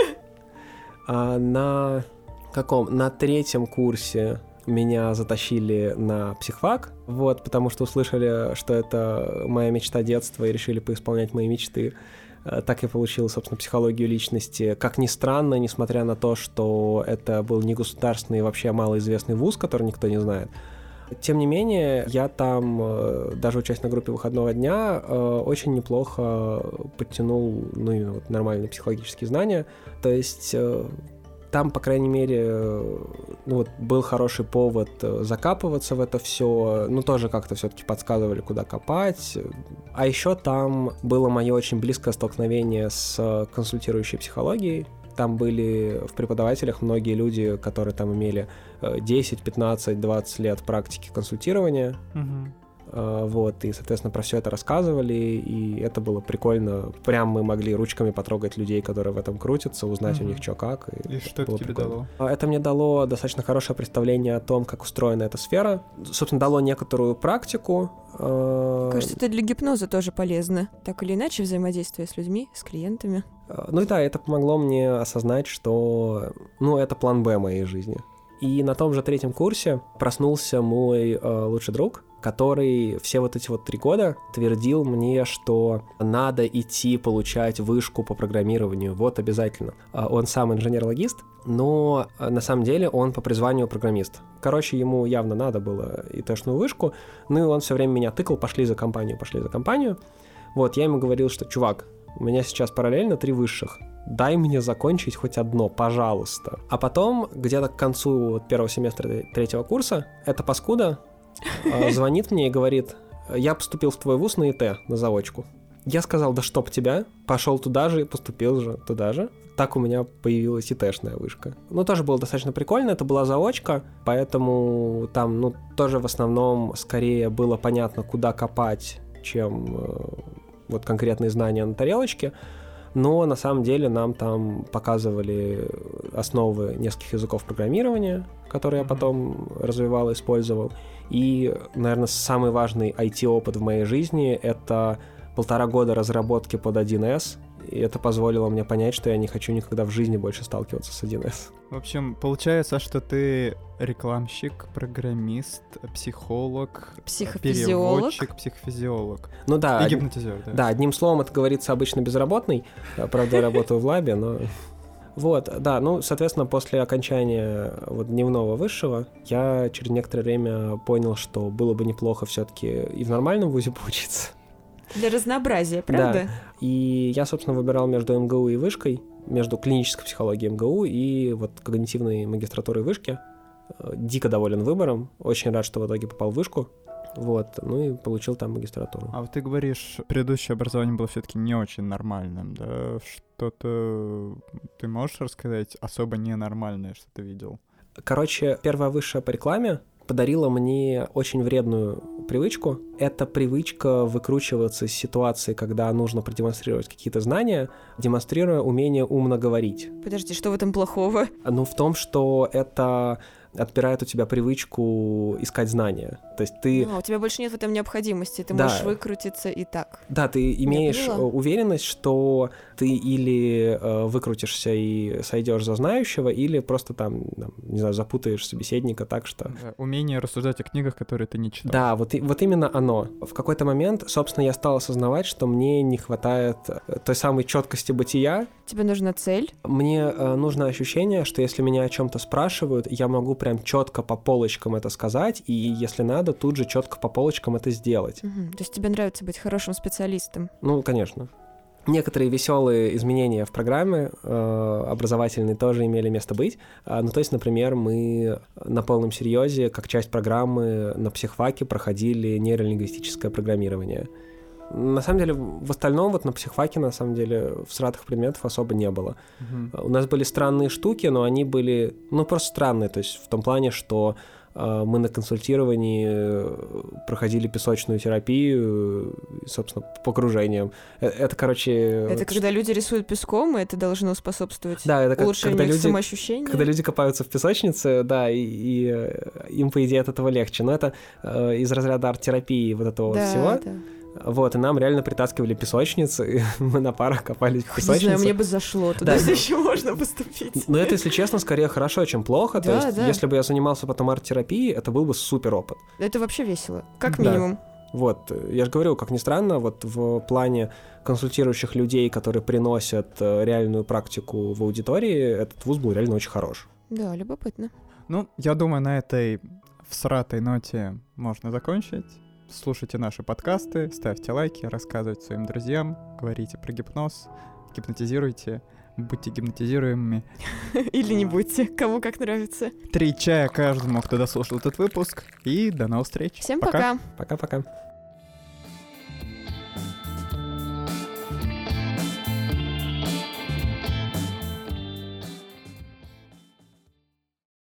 [SPEAKER 3] А на каком? На третьем курсе меня затащили на психфак, вот, потому что услышали, что это моя мечта детства, и решили поисполнять мои мечты. Так я получил, собственно, психологию личности. Как ни странно, несмотря на то, что это был не государственный, вообще малоизвестный вуз, который никто не знает, тем не менее, я там, даже учась на группе выходного дня, очень неплохо подтянул, ну, именно вот нормальные психологические знания. То есть там, по крайней мере, ну, вот, был хороший повод закапываться в это все, ну, тоже как-то все-таки подсказывали, куда копать. А еще там было мое очень близкое столкновение с консультирующей психологией. Там были в преподавателях многие люди, которые там имели десять, пятнадцать, двадцать лет практики консультирования. Uh-huh. Вот, и, соответственно, про все это рассказывали, и это было прикольно. Прям мы могли ручками потрогать людей, которые в этом крутятся, узнать uh-huh. у них что как.
[SPEAKER 5] И, и что это тебе прикольно. Дало?
[SPEAKER 3] Это мне дало достаточно хорошее представление о том, как устроена эта сфера. Собственно, дало некоторую практику.
[SPEAKER 4] Кажется, это для гипноза тоже полезно. Так или иначе, взаимодействие с людьми, с клиентами.
[SPEAKER 3] Ну и да, это помогло мне осознать, что, ну, это план Б моей жизни. И на том же третьем курсе проснулся мой э, лучший друг, который все вот эти вот три года твердил мне, что надо идти получать вышку по программированию, вот обязательно. Он сам инженер-логист, но на самом деле он по призванию программист. Короче, ему явно надо было ИТ-шную вышку, ну и он все время меня тыкал, пошли за компанию, пошли за компанию. Вот, я ему говорил, что, чувак, у меня сейчас параллельно три высших, дай мне закончить хоть одно, пожалуйста. А потом, где-то к концу первого семестра третьего курса, эта паскуда звонит мне и говорит: Я поступил в твой вуз на ИТ, на заочку. Я сказал, да чтоб тебя, пошел туда же, поступил же туда же. Так у меня появилась ИТшная вышка. Ну, тоже было достаточно прикольно, это была заочка, поэтому там, ну, тоже в основном скорее было понятно, куда копать, чем э, вот конкретные знания на тарелочке. Но на самом деле нам там показывали основы нескольких языков программирования, которые я потом развивал и использовал. И, наверное, самый важный ай ти-опыт в моей жизни — это полтора года разработки под один эс, и это позволило мне понять, что я не хочу никогда в жизни больше сталкиваться с один эс.
[SPEAKER 5] В общем, получается, что ты рекламщик, программист, психолог,
[SPEAKER 4] Психофизиолог.
[SPEAKER 5] переводчик, психофизиолог.
[SPEAKER 3] Ну да,
[SPEAKER 5] И
[SPEAKER 3] од-
[SPEAKER 5] гипнотизер, да.
[SPEAKER 3] да, одним словом, это говорится обычно безработный. Правда, я работаю в лабе, но... Вот, да, ну, соответственно, после окончания вот дневного высшего я через некоторое время понял, что было бы неплохо все-таки и в нормальном вузе поучиться.
[SPEAKER 4] Для разнообразия, правда?
[SPEAKER 3] Да. И я, собственно, выбирал между эм гэ у и вышкой, между клинической психологией эм гэ у и вот когнитивной магистратурой вышки. Дико доволен выбором, очень рад, что в итоге попал в вышку. Вот, ну и получил там магистратуру.
[SPEAKER 5] А вот ты говоришь, предыдущее образование было все-таки не очень нормальным, да? Что-то ты можешь рассказать особо ненормальное, что ты видел?
[SPEAKER 3] Короче, первая высшая по рекламе подарила мне очень вредную привычку. Это привычка выкручиваться из ситуации, когда нужно продемонстрировать какие-то знания, демонстрируя умение умно говорить.
[SPEAKER 4] Подожди, что в этом плохого?
[SPEAKER 3] Ну, в том, что это отбирает у тебя привычку искать знания. То есть ты...
[SPEAKER 4] Ну, у тебя больше нет в этом необходимости, ты
[SPEAKER 3] Да.
[SPEAKER 4] можешь выкрутиться и так.
[SPEAKER 3] Да, ты имеешь
[SPEAKER 4] поняла.
[SPEAKER 3] уверенность, что ты или э, выкрутишься и сойдешь за знающего, или просто там, там, не знаю, запутаешь собеседника так, что...
[SPEAKER 5] Да, умение рассуждать о книгах, которые ты не читал.
[SPEAKER 3] Да, вот, и- вот именно оно. В какой-то момент, собственно, я стал осознавать, что мне не хватает э, той самой четкости бытия.
[SPEAKER 4] Тебе нужна цель.
[SPEAKER 3] Мне э, нужно ощущение, что если меня о чем-то спрашивают, я могу прям четко по полочкам это сказать, и если надо, тут же четко по полочкам это сделать.
[SPEAKER 4] Мгм. То есть тебе нравится быть хорошим специалистом.
[SPEAKER 3] Ну, конечно. Некоторые веселые изменения в программе э, образовательной тоже имели место быть. А, ну, то есть, например, мы на полном серьезе, как часть программы на психфаке, проходили нейролингвистическое программирование. На самом деле, в остальном, вот на психфаке, на самом деле, всратых предметов особо не было.
[SPEAKER 5] Мгм.
[SPEAKER 3] У нас были странные штуки, но они были, ну, просто странные, то есть в том плане, что э, мы на консультировании э, проходили песочную терапию, э, собственно, погружением. Э, Это, короче...
[SPEAKER 4] Это
[SPEAKER 3] вот
[SPEAKER 4] когда люди рисуют песком, и это должно способствовать
[SPEAKER 3] Да, это как-
[SPEAKER 4] улучшению
[SPEAKER 3] когда
[SPEAKER 4] их
[SPEAKER 3] люди-
[SPEAKER 4] самоощущения.
[SPEAKER 3] Когда люди копаются в песочнице, да, и, и, э, им, по идее, от этого легче. Но это э, из разряда арт-терапии вот этого
[SPEAKER 4] да,
[SPEAKER 3] вот всего.
[SPEAKER 4] да.
[SPEAKER 3] Вот, и нам реально притаскивали песочницы, и мы на парах копались в
[SPEAKER 4] Не знаю,
[SPEAKER 3] песочнице.
[SPEAKER 4] мне бы зашло. Туда
[SPEAKER 3] Да.
[SPEAKER 4] если еще можно поступить.
[SPEAKER 3] Но это, если честно, скорее хорошо, чем плохо. То
[SPEAKER 4] Да,
[SPEAKER 3] есть,
[SPEAKER 4] да.
[SPEAKER 3] если бы я занимался потом арт-терапией, это был бы супер опыт.
[SPEAKER 4] Это вообще весело. Как
[SPEAKER 3] Да.
[SPEAKER 4] минимум.
[SPEAKER 3] Вот, я же говорю, как ни странно, вот в плане консультирующих людей, которые приносят э, реальную практику в аудитории, этот вуз был реально очень хорош.
[SPEAKER 4] Да, любопытно.
[SPEAKER 5] Ну, я думаю, на этой всратой ноте можно закончить. Слушайте наши подкасты, ставьте лайки, рассказывайте своим друзьям, говорите про гипноз, гипнотизируйте, будьте гипнотизируемыми.
[SPEAKER 4] Или не будьте, кому как нравится.
[SPEAKER 5] Три чая каждому, кто дослушал этот выпуск, и до новых встреч.
[SPEAKER 4] Всем пока.
[SPEAKER 3] Пока-пока.